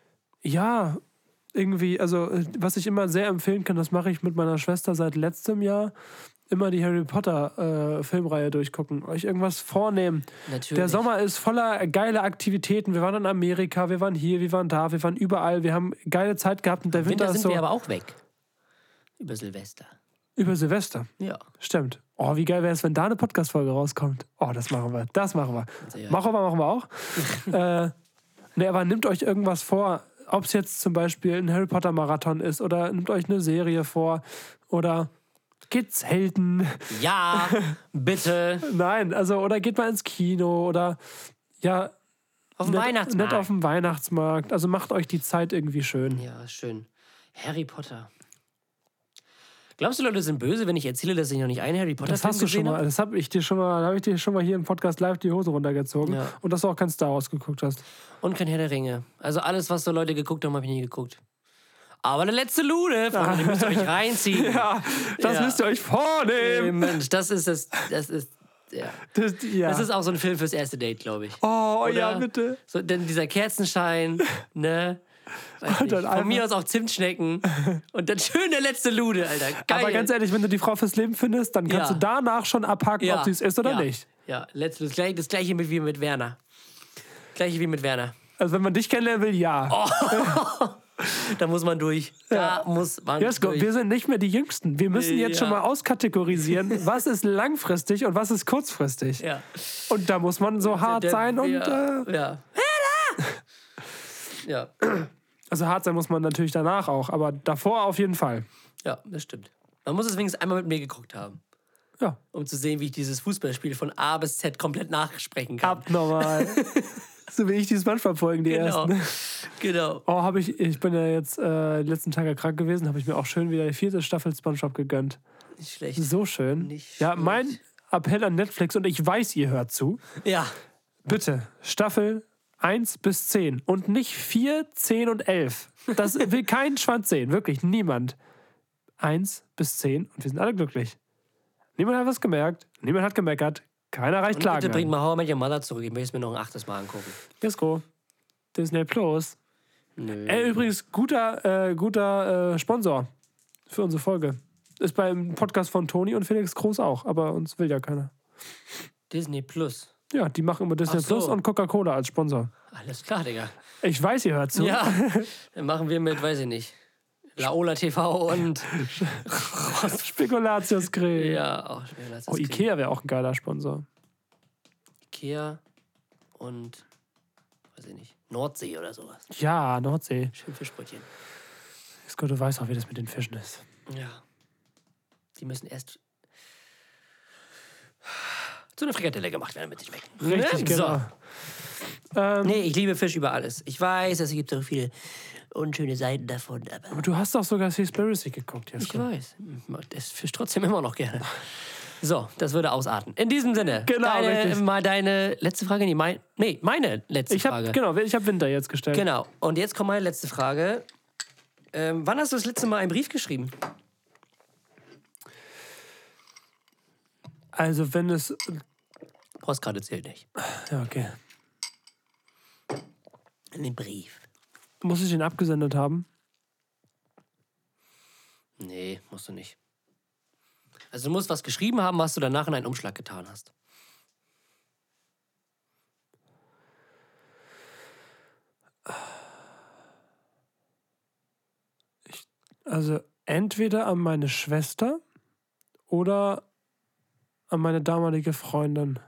Ja, irgendwie, also was ich immer sehr empfehlen kann, das mache ich mit meiner Schwester seit letztem Jahr, immer die Harry Potter Filmreihe durchgucken, euch irgendwas vornehmen. Natürlich. Der Sommer ist voller geile Aktivitäten. Wir waren in Amerika, wir waren hier, wir waren da, wir waren überall. Wir haben geile Zeit gehabt und der Winter Winter ist sind so wir aber auch weg. Über Silvester. über Silvester. Ja. Stimmt. Oh, wie geil wäre es, wenn da eine Podcast-Folge rauskommt. Oh, das machen wir. Das machen wir. Ja. Machen wir auch. Ne, aber nehmt euch irgendwas vor, ob es jetzt zum Beispiel ein Harry Potter Marathon ist oder nehmt euch eine Serie vor oder geht zelten. Ja, bitte. Nein, also oder geht mal ins Kino oder ja, Auf dem Weihnachtsmarkt. nicht auf dem Weihnachtsmarkt. Also macht euch die Zeit irgendwie schön. Ja, schön. Harry Potter. Glaubst du, Leute sind böse, wenn ich erzähle, dass ich noch nicht einen Harry Potter Das Film hast du schon gesehen mal. habe? Das habe ich dir schon mal hier im Podcast live die Hose runtergezogen Ja. und dass du auch kein Star Wars geguckt hast. Und kein Herr der Ringe. Also alles, was so Leute geguckt haben, habe ich nie geguckt. Aber der letzte Lude, Freunde, den müsst ihr euch reinziehen. Ja, das Ja. müsst ihr euch vornehmen. Mensch, das ist ja. Ja. Das ist auch so ein Film fürs erste Date, glaube ich. Oh, Oder? ja, bitte. So, denn dieser Kerzenschein, ne? Weiß nicht. dann Von einfach- mir aus auch Zimtschnecken. Und dann schön der letzte Lude, Alter. Geil. Aber ganz ehrlich, wenn du die Frau fürs Leben findest, dann kannst Ja. du danach schon abhaken, ob sie es ist oder ja. nicht. Ja, das gleiche wie mit Werner. Gleiche wie mit Werner. Also wenn man dich kennenlernen will, ja. Da muss man durch. Da muss man Jesko, durch. wir sind nicht mehr die Jüngsten. Wir müssen jetzt Ja. schon mal auskategorisieren, was ist langfristig und was ist kurzfristig. Ja. Und da muss man so hart sein und... ja. Ja. Also hart sein muss man natürlich danach auch, aber davor auf jeden Fall. Ja, das stimmt. Man muss es wenigstens einmal mit mir geguckt haben, Ja, um zu sehen, wie ich dieses Fußballspiel von A bis Z komplett nachsprechen kann. abnormal. So wie ich die Spongebob-Folgen, die Genau. ersten. Genau. Oh, ich bin ja jetzt die letzten Tage krank gewesen, habe ich mir auch schön wieder die 4. Staffel Spongebob gegönnt. Nicht schlecht. So schön. Nicht Ja, schlecht. mein Appell an Netflix, und ich weiß, ihr hört zu, Ja. bitte, Staffel 1 bis 10 und nicht 4, 10 und 11. Das will kein Schwanz sehen, wirklich, niemand. 1 bis 10 und wir sind alle glücklich. Niemand hat was gemerkt, niemand hat gemeckert, keiner reicht Und bitte Klagen bringt ein. mal How I Met Your Mother zurück. Ich möchte es mir noch ein 8. Mal angucken. Jesko, Disney Plus. Nö. Übrigens, guter Sponsor für unsere Folge. Ist beim Podcast von Toni und Felix Groß auch, aber uns will ja keiner. Disney Plus. Ja, die machen immer Disney Ach so. Plus und Coca-Cola als Sponsor. Alles klar, Digga. Ich weiß, ihr hört zu. Ja. Dann machen wir mit, weiß ich nicht, Laola TV und Spekulatiuscreme. ja, auch schwer. Oh, Ikea wäre auch ein geiler Sponsor. Ikea und weiß ich nicht, Nordsee oder sowas. Ja, Nordsee. Schön Fischbrötchen. Jesko, du weißt auch, wie das mit den Fischen ist. Ja. Die müssen erst zu einer Frikadelle gemacht werden, damit sie schmecken. Richtig, genau. So. Nee, ich liebe Fisch über alles. Ich weiß, es gibt so viele unschöne Seiten davon, aber Aber du hast doch sogar Seaspiracy geguckt, ich Jesko. weiß. Ich mag das Fisch trotzdem immer noch gerne. So, das würde ausarten. In diesem Sinne, Genau, richtig. deine letzte Frage. Nee, meine letzte Frage. Ich habe Winter jetzt gestellt. Genau. Und jetzt kommt meine letzte Frage. Wann hast du das letzte Mal einen Brief geschrieben? Also wenn es... Postkarte zählt nicht. Ja, okay. Einen Brief. Muss ich den abgesendet haben? Nee, musst du nicht. Also du musst was geschrieben haben, was du danach in einen Umschlag getan hast. Also entweder an meine Schwester oder an meine damalige Freundin.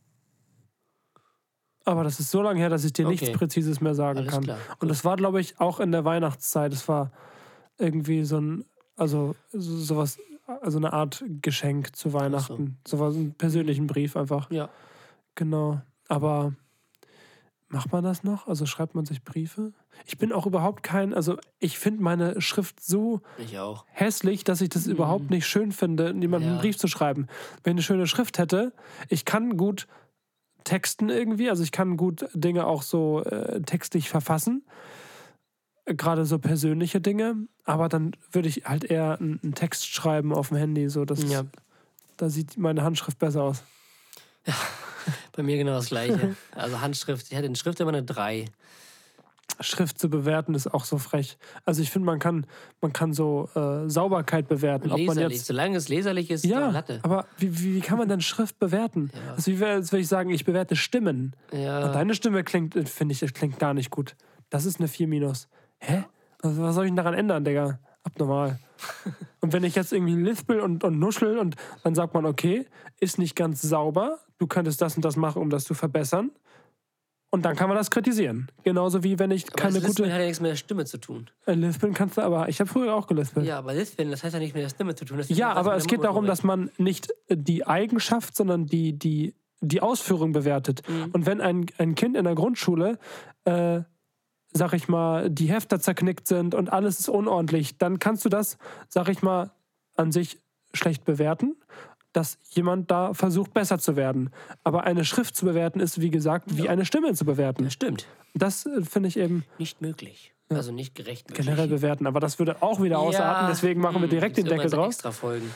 Aber das ist so lange her, dass ich dir Okay. nichts Präzises mehr sagen Alles kann. klar, Und das war, glaube ich, auch in der Weihnachtszeit. Es war irgendwie so ein, also sowas, also eine Art Geschenk zu Weihnachten. Sowas, einen persönlichen Brief einfach. Ja. Genau. Aber macht man das noch? Also schreibt man sich Briefe? Ich bin auch überhaupt kein, also ich finde meine Schrift so Ich auch. hässlich, dass ich das überhaupt nicht schön finde, jemandem einen Ja. Brief zu schreiben. Wenn ich eine schöne Schrift hätte, ich kann gut texten irgendwie, also ich kann gut Dinge auch so textlich verfassen, gerade so persönliche Dinge, aber dann würde ich halt eher einen Text schreiben auf dem Handy, so dass Ja. da sieht meine Handschrift besser aus. Bei mir genau das Gleiche. Also Handschrift. Ich hatte in Schrift immer eine 3. Schrift zu bewerten ist auch so frech. Also ich finde, man kann so Sauberkeit bewerten. Ob man Leserlich. jetzt, Solange es leserlich ist, ja, Latte. aber wie kann man denn Schrift bewerten? Ja. Also wie wäre, wenn ich sagen, ich bewerte Stimmen. Ja. Und deine Stimme klingt, finde ich, klingt gar nicht gut. Das ist eine 4-. Hä? Was soll ich denn daran ändern, Digga? Abnormal. Und wenn ich jetzt irgendwie lispel und nuschel und dann sagt man, okay, ist nicht ganz sauber, du könntest das und das machen, um das zu verbessern. Und dann kann man das kritisieren. Genauso wie wenn ich Aber keine das Lispeln gute... hat ja nichts mit der Stimme zu tun. Lispeln kannst du aber... Ich habe früher auch gelispelt. Ja, aber Lispeln, das heißt ja nicht mit der Stimme zu tun. Das ist Ja, was aber mit es der geht darum, Mundmusik. dass man nicht die Eigenschaft, sondern die Ausführung bewertet. Und wenn ein Kind in der Grundschule, sag ich mal, die Hefter zerknickt sind und alles ist unordentlich, dann kannst du das, sag ich mal, an sich schlecht bewerten, dass jemand da versucht, besser zu werden. Aber eine Schrift zu bewerten ist, wie gesagt, wie eine Stimme zu bewerten. Das stimmt. Das finde ich eben Nicht möglich. Also nicht gerecht möglich. generell bewerten. Aber das würde auch wieder ausarten, deswegen machen wir direkt den Deckel drauf. Extra Folgen.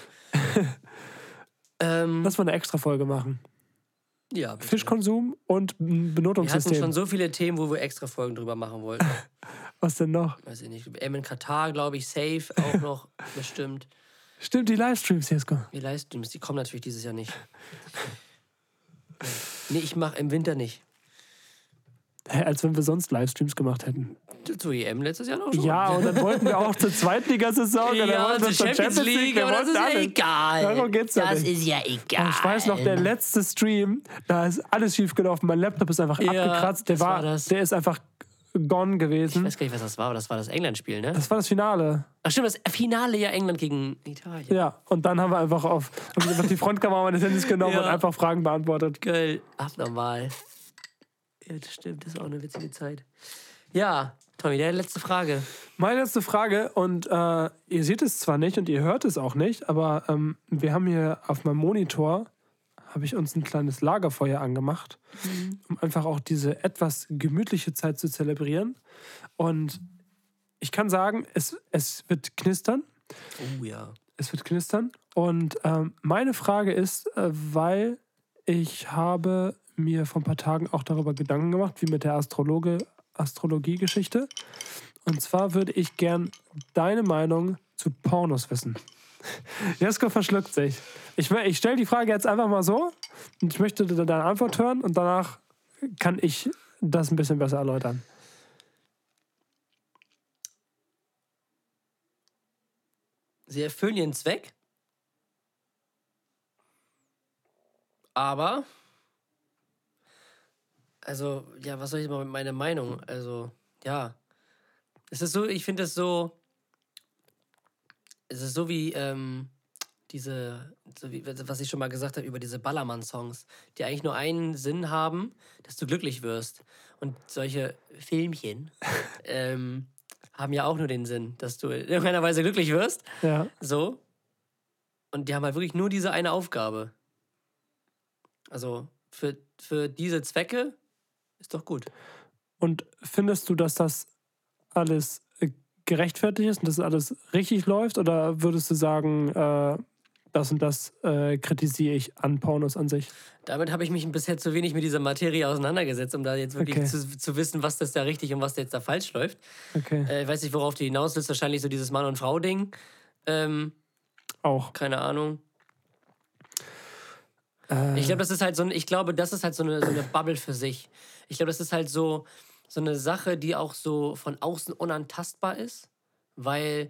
Lass mal eine extra Folge machen. Ja, bitte. Fischkonsum und Wir hatten Benotungssystem. schon so viele Themen, wo wir extra Folgen drüber machen wollten. Was denn noch? Weiß ich nicht. in Katar, glaube ich, safe auch noch bestimmt. Stimmt, die Livestreams, Jesko. Die Livestreams, die kommen natürlich dieses Jahr nicht. Nee, ich mache im Winter nicht. Hä, als wenn wir sonst Livestreams gemacht hätten. Zu EM letztes Jahr noch schon. Ja, und dann wollten wir auch zur Zweitligasaison. und dann Ja, wollten wir zur Champions League, wir aber das wollten ist ja alles. egal. Darum geht's ja Das nicht. ist ja egal. Ich weiß noch, der letzte Stream, da ist alles schief gelaufen. Mein Laptop ist einfach Ja, abgekratzt. das war das. Der ist einfach gone Ich gewesen. weiß gar nicht, was das war, aber das war das England-Spiel, ne? Das war das Finale. Ach stimmt, das Finale ja England gegen Italien. Ja, und dann haben wir einfach die Frontkamera meines Handys genommen Ja. und einfach Fragen beantwortet. Geil. Abnormal. Ja, das stimmt, das ist auch eine witzige Zeit. Ja, Tommy, deine letzte Frage. Meine letzte Frage, und ihr seht es zwar nicht und ihr hört es auch nicht, aber wir haben hier auf meinem Monitor, habe ich uns ein kleines Lagerfeuer angemacht, um einfach auch diese etwas gemütliche Zeit zu zelebrieren. Und ich kann sagen, es wird knistern. Oh ja. Es wird knistern. Und meine Frage ist, weil ich habe mir vor ein paar Tagen auch darüber Gedanken gemacht, wie mit der Astrologie-Geschichte. Und zwar würde ich gern deine Meinung zu Pornos wissen. Jesko verschluckt sich. Ich stelle die Frage jetzt einfach mal so und ich möchte deine Antwort hören und danach kann ich das ein bisschen besser erläutern. Sie erfüllen ihren Zweck. Aber, also, ja, was soll ich mal mit meiner Meinung? Also, ja. Es ist so, ich finde es so, es ist so wie, was ich schon mal gesagt habe über diese Ballermann-Songs, die eigentlich nur einen Sinn haben, dass du glücklich wirst. Und solche Filmchen haben ja auch nur den Sinn, dass du in irgendeiner Weise glücklich wirst. Ja. So. Und die haben halt wirklich nur diese eine Aufgabe. Also für diese Zwecke ist doch gut. Und findest du, dass das alles gerechtfertigt ist und dass alles richtig läuft? Oder würdest du sagen, das und das kritisiere ich an Pornos an sich? Damit habe ich mich bisher zu wenig mit dieser Materie auseinandergesetzt, um da jetzt wirklich Okay. zu wissen, was das da richtig und was jetzt da falsch läuft. Okay. Ich weiß nicht, worauf du hinaus willst. Wahrscheinlich so dieses Mann- und Frau-Ding. Auch. Keine Ahnung. Ich glaube, das ist halt so eine Bubble für sich. Ich glaube, das ist halt so eine Sache, die auch so von außen unantastbar ist, weil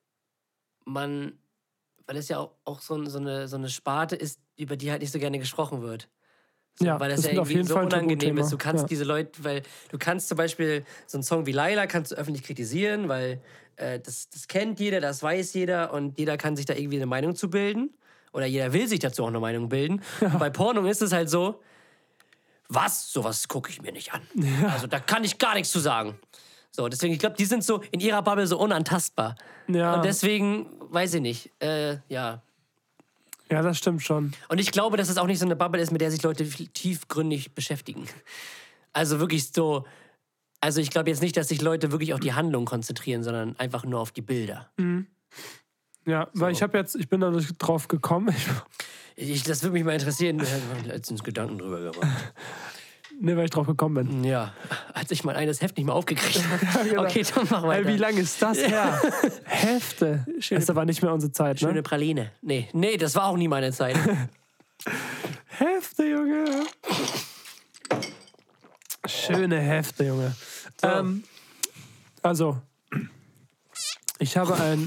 es ja auch so eine Sparte ist, über die halt nicht so gerne gesprochen wird. So, Ja, weil das das ja ist auf irgendwie jeden so Fall ein unangenehm Tabuthema. ist. Du kannst Ja. diese Leute, weil du kannst zum Beispiel so einen Song wie Laila kannst du öffentlich kritisieren, weil das kennt jeder, das weiß jeder und jeder kann sich da irgendwie eine Meinung zu bilden. Oder jeder will sich dazu auch eine Meinung bilden. Und bei Porno ist es halt so, was? Sowas gucke ich mir nicht an. Also da kann ich gar nichts zu sagen. So, deswegen, ich glaube, die sind so in ihrer Bubble so unantastbar. Ja. Und deswegen, weiß ich nicht, ja. Ja, das stimmt schon. Und ich glaube, dass es auch nicht so eine Bubble ist, mit der sich Leute tiefgründig beschäftigen. Also wirklich so, also ich glaube jetzt nicht, dass sich Leute wirklich auf die Handlung konzentrieren, sondern einfach nur auf die Bilder. Ja, weil ich bin da drauf gekommen. Das würde mich mal interessieren. Wir haben letztens Gedanken drüber gemacht. Ne, weil ich drauf gekommen bin. Ja, hat sich mal eines Heft nicht mehr aufgekriegt. Genau. Okay, dann mach weiter. Ey, wie lange ist das her? Hefte. Das ist aber nicht mehr unsere Zeit, Schöne ne? Praline. Nee, das war auch nie meine Zeit. Hefte, Junge. Schöne Hefte, Junge. Also, ich habe ein...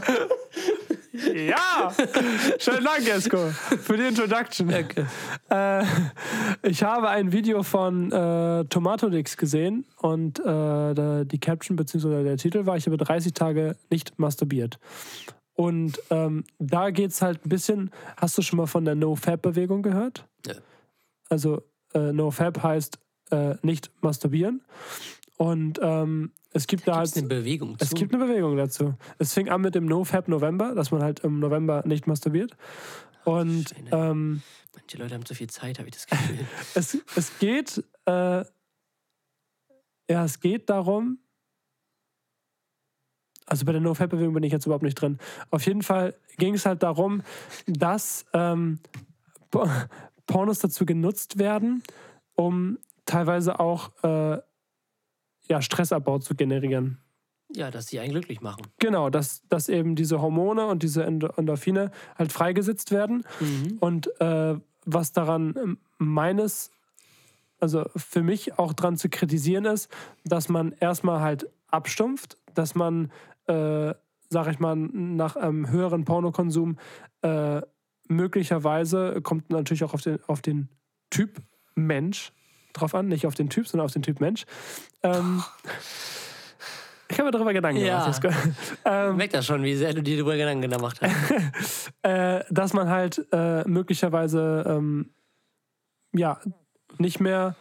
Ja! Schönen Dank, Esko, für die Introduction. Danke. Ich habe ein Video von Tomatolix gesehen und die Caption bzw. der Titel war: Ich habe 30 Tage nicht masturbiert. Und da geht es halt ein bisschen... Hast du schon mal von der No-Fab-Bewegung gehört? Ja. Also No-Fab heißt nicht masturbieren. Und es gibt da halt eine Bewegung zu. Es gibt eine Bewegung dazu. Es fing an mit dem No-Fab November, dass man halt im November nicht masturbiert. Und manche Leute haben zu viel Zeit, habe ich das Gefühl. Es geht darum, also bei der No-Fab-Bewegung bin ich jetzt überhaupt nicht drin. Auf jeden Fall ging es halt darum, dass Pornos dazu genutzt werden, um teilweise auch Stressabbau zu generieren. Ja, dass sie einen glücklich machen. Genau, dass eben diese Hormone und diese Endorphine halt freigesetzt werden. Und was daran also für mich auch dran zu kritisieren ist, dass man erstmal halt abstumpft, dass man, sag ich mal, nach einem höheren Pornokonsum möglicherweise, kommt natürlich auch auf den Typ Mensch drauf an, nicht auf den Typ, sondern auf den Typ Mensch. Ich habe mir darüber Gedanken gemacht. Merkt das schon, wie sehr du dir darüber Gedanken gemacht hast. Dass man halt möglicherweise nicht mehr,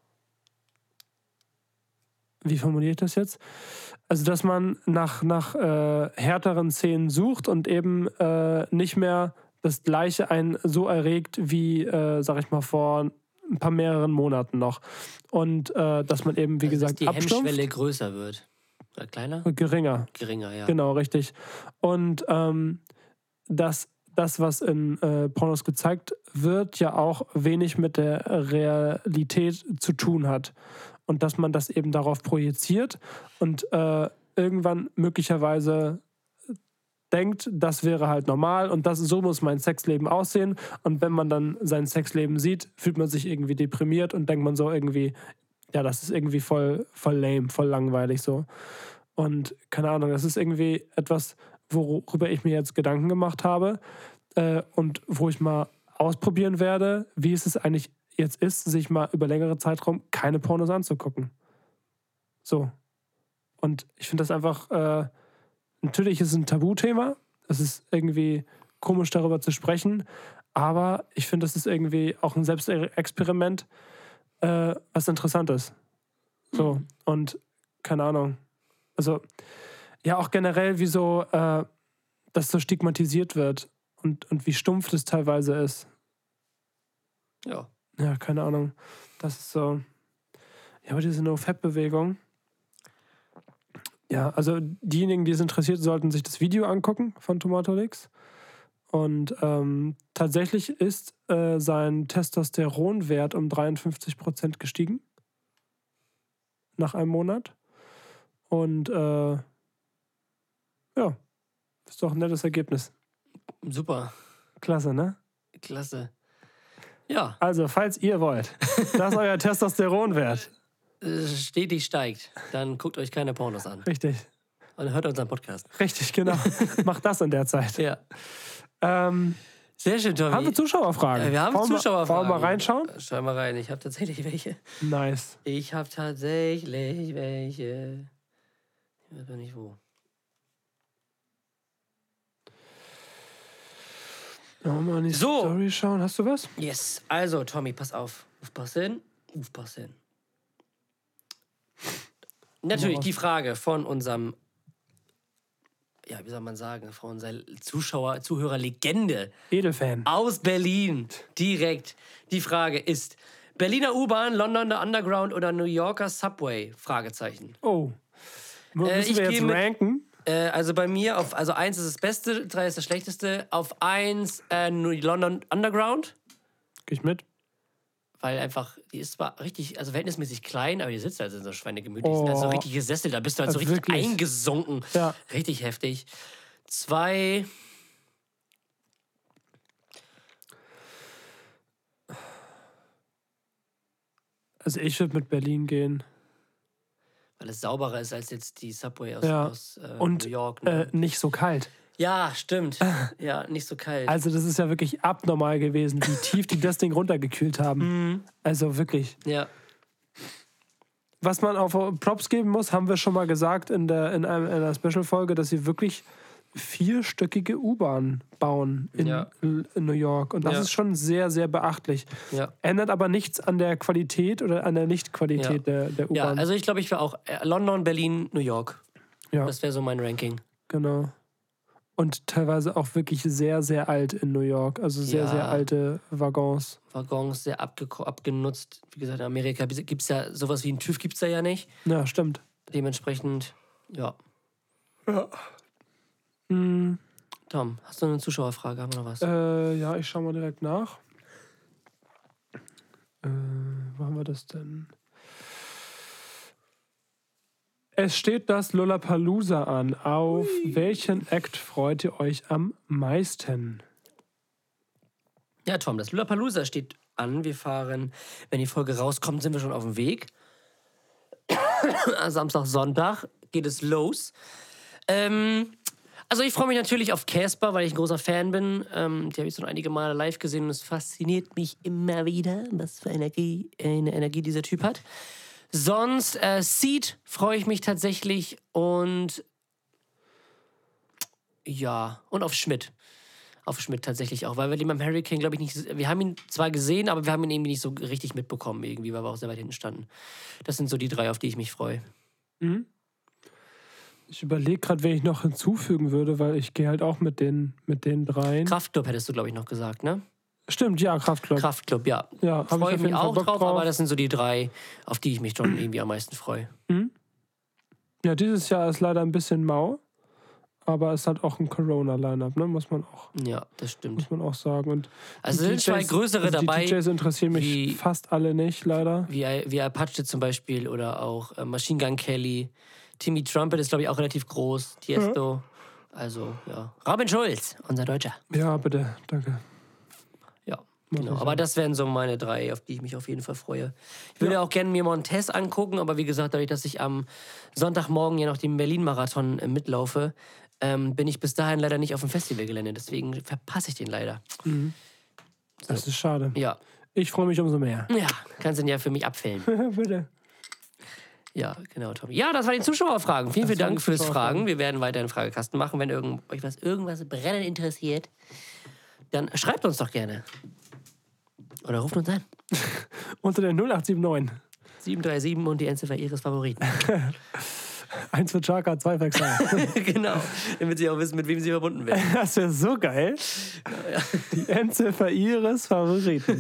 wie formuliere ich das jetzt? Also, dass man nach härteren Szenen sucht und eben nicht mehr das Gleiche einen so erregt wie, sag ich mal, vor ein paar mehreren Monaten noch. Und dass man eben, wie gesagt, dass die abstumpft. Hemmschwelle größer wird. Oder kleiner? Geringer. Geringer, ja. Genau, richtig. Und dass das, was in Pornos gezeigt wird, ja auch wenig mit der Realität zu tun hat. Und dass man das eben darauf projiziert und irgendwann möglicherweise denkt, das wäre halt normal und so muss mein Sexleben aussehen. Und wenn man dann sein Sexleben sieht, fühlt man sich irgendwie deprimiert und denkt man so irgendwie, ja, das ist irgendwie voll lame, voll langweilig so. Und keine Ahnung, das ist irgendwie etwas, worüber ich mir jetzt Gedanken gemacht habe und wo ich mal ausprobieren werde, wie es eigentlich jetzt ist, sich mal über längere Zeitraum keine Pornos anzugucken. So. Und ich finde das einfach... Natürlich ist es ein Tabuthema. Es ist irgendwie komisch, darüber zu sprechen. Aber ich finde, das ist irgendwie auch ein Selbstexperiment, was interessant ist. So. Und keine Ahnung. Also, ja, auch generell, wieso das so stigmatisiert wird und wie stumpf das teilweise ist. Ja. Ja, keine Ahnung. Das ist so. Ja, aber diese No-Fab-Bewegung. Ja, also diejenigen, die es interessiert, sollten sich das Video angucken von Tomatolix. Und tatsächlich ist sein Testosteronwert um 53% gestiegen. Nach einem Monat. Und ja, ist doch ein nettes Ergebnis. Super. Klasse, ne? Klasse. Ja. Also, falls ihr wollt, dass euer Testosteronwert stetig steigt, dann guckt euch keine Pornos an. richtig. Und hört unseren Podcast. Richtig, genau. Macht das in der Zeit. Ja. Sehr schön, Tommy. Haben wir Zuschauerfragen? Wir haben Zuschauerfragen. Wollen wir mal reinschauen? Schau mal rein, ich habe tatsächlich welche. Nice. Ich habe tatsächlich welche. Ich weiß aber nicht wo. Wollen wir mal in die Story schauen? Hast du was? Yes. Also, Tommy, pass auf. Aufpassen. Aufpassen. Natürlich die Frage von unserem, ja, wie soll man sagen, von unserer Zuhörerlegende Edelfan. aus Berlin. Direkt. Die Frage ist: Berliner U-Bahn, Londoner Underground oder New Yorker Subway? Fragezeichen. Oh. Müssen ich wir jetzt gehe mit- ranken? Also bei mir, also 1 ist das Beste, 3 ist das Schlechteste. Auf 1 London Underground. Geh ich mit? weil einfach, die ist zwar richtig, also verhältnismäßig klein, aber die sitzt also so schweinegemütlich. Die sind halt so richtige Sessel, da bist du halt so richtig wirklich. eingesunken. Ja. Richtig heftig. 2. Also ich würde mit Berlin gehen. Weil es sauberer ist als jetzt die Subway Ja. aus Und New York. Ne? nicht so kalt. Ja, stimmt. Ja, nicht so kalt. Also das ist ja wirklich abnormal gewesen, wie tief die das Ding runtergekühlt haben. Also wirklich. Ja. Was man auf Props geben muss, haben wir schon mal gesagt in einer Special-Folge, dass sie wirklich 4-stöckige U-Bahn bauen in New York. Und das ist schon sehr, sehr beachtlich. Ja. Ändert aber nichts an der Qualität oder an der Nichtqualität der U-Bahn. Ja, also ich glaube, ich wäre auch London, Berlin, New York. Ja, Das wäre so mein Ranking. genau. Und teilweise auch wirklich sehr, sehr alt in New York. Also sehr, Ja. sehr alte Waggons. Waggons sehr abgenutzt. Wie gesagt, in Amerika gibt es ja sowas wie einen TÜV, gibt es da ja nicht. Ja, stimmt. Dementsprechend, ja. Ja. Tom, hast du eine Zuschauerfrage? Haben wir noch was? Ja, ich schaue mal direkt nach. Wo haben wir das denn? Es steht das Lollapalooza an. Auf welchen Act freut ihr euch am meisten? Ja, Tom, das Lollapalooza steht an. Wir fahren, wenn die Folge rauskommt, sind wir schon auf dem Weg. Samstag, Sonntag geht es los. Also ich freue mich natürlich auf Casper, weil ich ein großer Fan bin. Die habe ich schon einige Male live gesehen und es fasziniert mich immer wieder, was für eine Energie dieser Typ hat. Sonst Seed freue ich mich tatsächlich und ja, und auf Schmidt. Auf Schmidt tatsächlich auch, weil wir den beim Hurricane, glaube ich, nicht. Wir haben ihn zwar gesehen, aber wir haben ihn irgendwie nicht so richtig mitbekommen, irgendwie, weil wir auch sehr weit hinten standen. Das sind so die 3, auf die ich mich freue. Ich überlege gerade, wen ich noch hinzufügen würde, weil ich gehe halt auch mit den 3. Kraftclub hättest du, glaube ich, noch gesagt, ne? Stimmt, ja, Kraftclub. Kraftclub, ja. Ja, hab ich Freue auf ich mich jeden Fall auch Bock drauf, drauf. aber das sind so die 3, auf die ich mich schon irgendwie am meisten freue. Ja, dieses Jahr ist leider ein bisschen mau, aber es hat auch ein Corona-Line-Up, ne? Muss man Ja, das stimmt. auch sagen. Und Also die sind 2 größere dabei, Die DJs interessieren mich wie- fast alle nicht, leider. wie Apache zum Beispiel oder auch Machine Gun Kelly. Timmy Trumpet ist, glaube ich, auch relativ groß. Tiesto. Also, ja. Robin Schulz, unser Deutscher. Ja, bitte, danke. Ja, genau. Aber das wären so meine 3, auf die ich mich auf jeden Fall freue. Ich würde auch gerne mir Montez angucken, aber wie gesagt, dadurch, dass ich am Sonntagmorgen ja noch den Berlin-Marathon mitlaufe, bin ich bis dahin leider nicht auf dem Festivalgelände. Deswegen verpasse ich den leider. Das ist schade. Ja. Ich freue mich umso mehr. Ja, kannst du ihn ja für mich abfilmen. Bitte. Ja, genau, Tommy. Ja, das waren die Zuschauerfragen. Vielen waren Dank die fürs Zuschauerfragen. Fragen. Wir werden weiter einen Fragekasten machen. Wenn euch irgendwas brennend interessiert, dann schreibt uns doch gerne. Oder ruft uns an. Unter der 0879. 737 und die Endziffer ihres Favoriten. 1 für Chaka, 2 für Xai. Genau, damit sie auch wissen, mit wem sie verbunden werden. Das wäre so geil. Die Endziffer ihres Favoriten.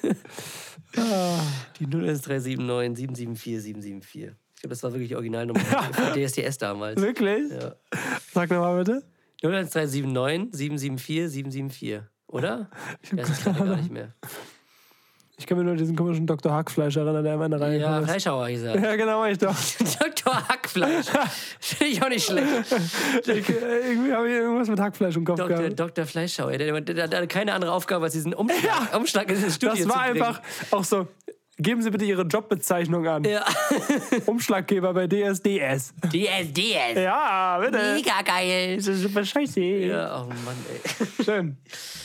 Die 01379 774 774. Ich glaube, das war wirklich die Originalnummer von DSDS damals. Wirklich? Ja. Sag nochmal bitte. 01379 774 774. Oder? Ich weiß es gerade gar nicht mehr. Ich kann mir nur diesen komischen Dr. Hackfleisch erinnern, der am Ende Ja, reingekommen ist. Fleischhauer hieß er. Ja, genau, ich doch. Dr. Hackfleisch. Finde ich auch nicht schlecht. Irgendwie habe ich irgendwas mit Hackfleisch im Kopf gehabt. Dr. Fleischhauer. Der hatte keine andere Aufgabe, als diesen Umschlag in das Studio Das zu war bringen. einfach auch so. Geben Sie bitte Ihre Jobbezeichnung an. Ja. Umschlaggeber bei DSDS. DSDS. Ja, bitte. Mega geil. Das ist super scheiße. Ja, oh Mann, ey. Schön.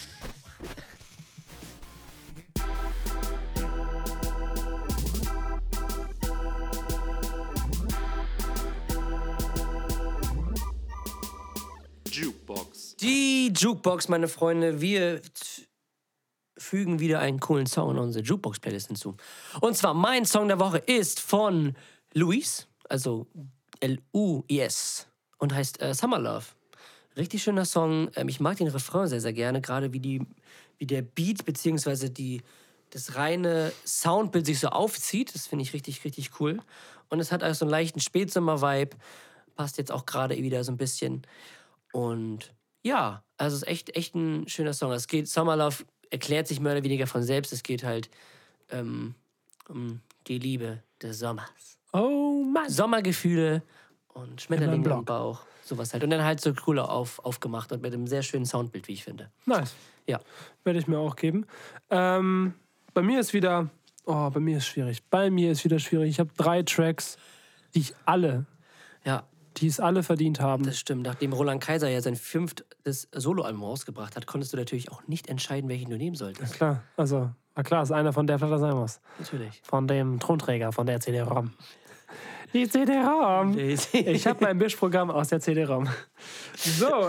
Jukebox. Die Jukebox, meine Freunde. Wir fügen wieder einen coolen Song in unsere Jukebox-Playlist hinzu. Und zwar mein Song der Woche ist von Luis, also Luis, und heißt Summer Love. Richtig schöner Song. Ich mag den Refrain sehr, sehr gerne, gerade wie der Beat bzw. das reine Soundbild sich so aufzieht. Das finde ich richtig, richtig cool. Und es hat auch so einen leichten Spätsommer-Vibe. Passt jetzt auch gerade wieder so ein bisschen. Und ja, also es ist echt ein schöner Song. Summer Love erklärt sich mehr oder weniger von selbst. Es geht halt um die Liebe des Sommers. Oh Mann. Sommergefühle und Schmetterlinge Block. im Bauch. Sowas halt. Und dann halt so cooler aufgemacht und mit einem sehr schönen Soundbild, wie ich finde. Nice. Ja. Werde ich mir auch geben. Bei mir ist wieder... Oh, bei mir ist schwierig. Bei mir ist wieder schwierig. Ich habe 3 Tracks, die Ja, es alle verdient haben. das stimmt. Nachdem Roland Kaiser ja sein 5. Soloalbum rausgebracht hat, konntest du natürlich auch nicht entscheiden, welchen du nehmen solltest. Klar, also, na klar, ist einer von der Platte sein muss. Natürlich. Von dem Tonträger, von der CD-ROM. Die CD-ROM. Ich habe mein Mischprogramm aus der CD-ROM. So,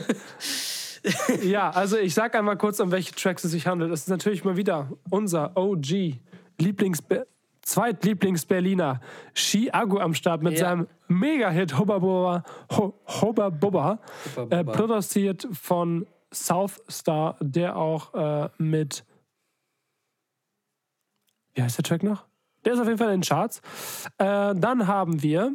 ja, also ich sag einmal kurz, um welche Tracks es sich handelt. Es ist natürlich mal wieder unser OG, Zweitlieblings-Berliner Shi Agu am Start mit seinem Mega-Hit Hubba Bubba, produziert von South Star, der auch mit... Wie heißt der Track noch? Der ist auf jeden Fall in den Charts. Dann haben wir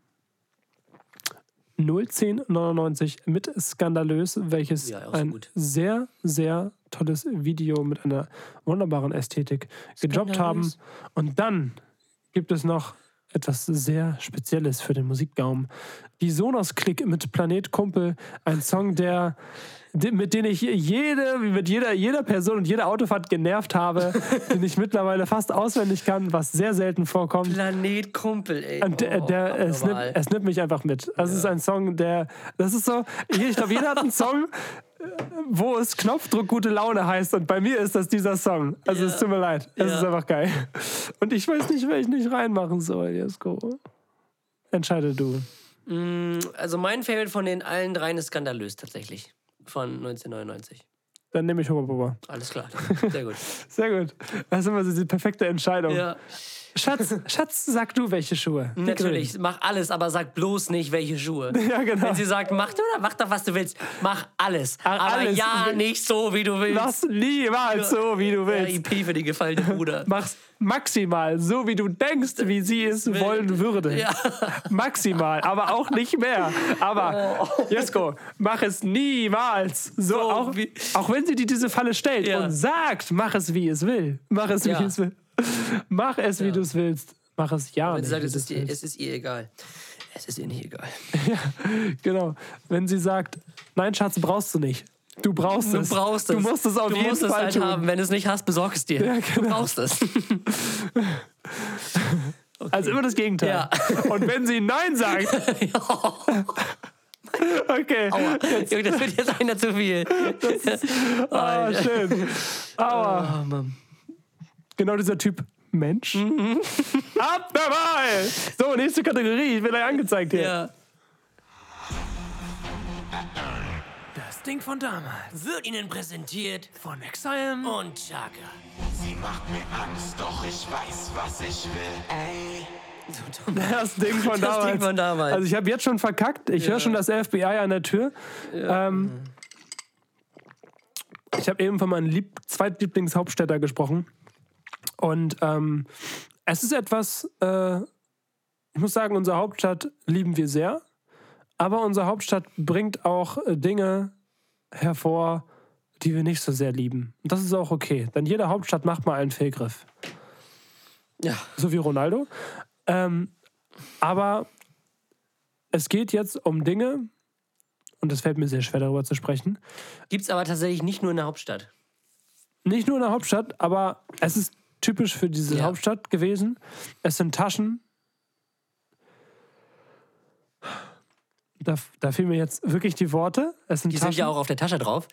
01099 mit Skandalös, welches Ja, auch so ein gut. sehr, sehr tolles Video mit einer wunderbaren Ästhetik gejobbt haben. Und dann gibt es noch etwas sehr Spezielles für den Musikgaumen. Die Sonos-Klick mit Planet Kumpel, ein Song, mit dem ich jeder Person und jeder Autofahrt genervt habe, den ich mittlerweile fast auswendig kann, was sehr selten vorkommt. Planet Kumpel, ey. Und es nimmt mich einfach mit. Also es ist ein Song, das ist so, ich glaube, jeder hat einen Song, wo es Knopfdruck gute Laune heißt, und bei mir ist das dieser Song. Also es tut mir leid, es ist einfach geil. Und ich weiß nicht, welchen ich reinmachen soll, Jesko. Entscheide du. Also mein Favorite von den allen 3 ist Skandalös tatsächlich. Von 1999. Dann nehme ich Hubba Bubba. Alles klar, sehr gut. Sehr gut. Das ist immer so die perfekte Entscheidung. Ja. Schatz, sag du, welche Schuhe. Die Natürlich, mach alles, aber sag bloß nicht, welche Schuhe. Ja, genau. Wenn sie sagt, mach doch, was du willst. Mach alles. Ach, aber alles. ja, nicht so, wie du willst. Mach's niemals so, wie du willst. RIP für die gefallene Bruder. Mach's maximal so, wie du denkst, wie sie es wollen würde. Ja. Maximal, aber auch nicht mehr. Aber, Jesko, mach es niemals so, auch wenn sie dir diese Falle stellt und sagt, mach es, wie es will. Mach es, wie es will. Mach es, wie du es willst. Mach es ja Wenn nicht. sie sagt, wie es du's willst. ist ihr egal. Es ist ihr nicht egal. Ja, genau. Wenn sie sagt, nein, Schatz, brauchst du nicht. Du brauchst es. Du musst es auf jeden Fall halt tun. haben. Wenn du es nicht hast, besorg es dir. Ja, genau. Du brauchst es. Also immer das Gegenteil. Ja. Und wenn sie Nein sagt... Okay. Aua. Junge, das wird jetzt einer zu viel. Schön. Aua. Oh, Mann. Genau dieser Typ Mensch. Ab dabei! So, nächste Kategorie. Ich will euch angezeigt hier. Ja. Das Ding von damals. Wird Ihnen präsentiert Von Exile. und Chaka. Sie macht mir Angst, doch ich weiß, was ich will. Ey. Das Ding von damals. Ding von damals. Also ich habe jetzt schon verkackt. Ich höre schon das FBI an der Tür. Ich habe eben von meinem Zweitlieblingshauptstädter gesprochen. Und es ist etwas, ich muss sagen, unsere Hauptstadt lieben wir sehr. Aber unsere Hauptstadt bringt auch Dinge hervor, die wir nicht so sehr lieben. Und das ist auch okay. Denn jede Hauptstadt macht mal einen Fehlgriff. Ja. So wie Ronaldo. Aber es geht jetzt um Dinge, und es fällt mir sehr schwer, darüber zu sprechen. Gibt's aber tatsächlich nicht nur in der Hauptstadt. Nicht nur in der Hauptstadt, aber es ist typisch für diese Hauptstadt gewesen. Es sind Taschen. Da fehlen mir jetzt wirklich die Worte. Es sind Die Taschen. sind ja auch auf der Tasche drauf.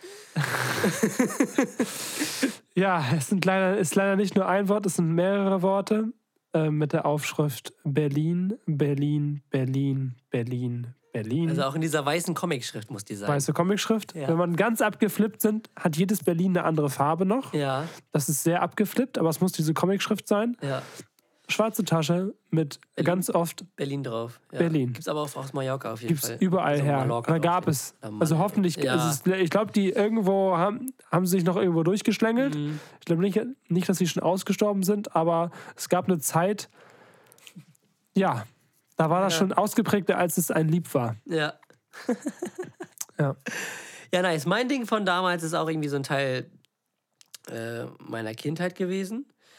Ja, es ist leider nicht nur ein Wort, es sind mehrere Worte mit der Aufschrift Berlin, Berlin, Berlin, Berlin, Berlin. Also auch in dieser weißen Comicschrift muss die sein. Weiße Comicschrift. Ja. Wenn man ganz abgeflippt sind, hat jedes Berlin eine andere Farbe noch. Ja, Das ist sehr abgeflippt, aber es muss diese Comicschrift sein. ja. Schwarze Tasche mit ganz oft Berlin drauf. Ja. Berlin. Gibt's aber auch aus Mallorca auf jeden gibt's Fall. überall Also her. Mallorca Oder auch. gab es. Ja, Mann. Also hoffentlich, Ja. ich glaube, die irgendwo haben sie sich noch irgendwo durchgeschlängelt. Mhm. Ich glaube nicht, dass sie schon ausgestorben sind, aber es gab eine Zeit, ja, da war das schon ausgeprägter, als es ein Lieb war. Ja. Ja. Ja, nice. Mein Ding von damals ist auch irgendwie so ein Teil meiner Kindheit gewesen.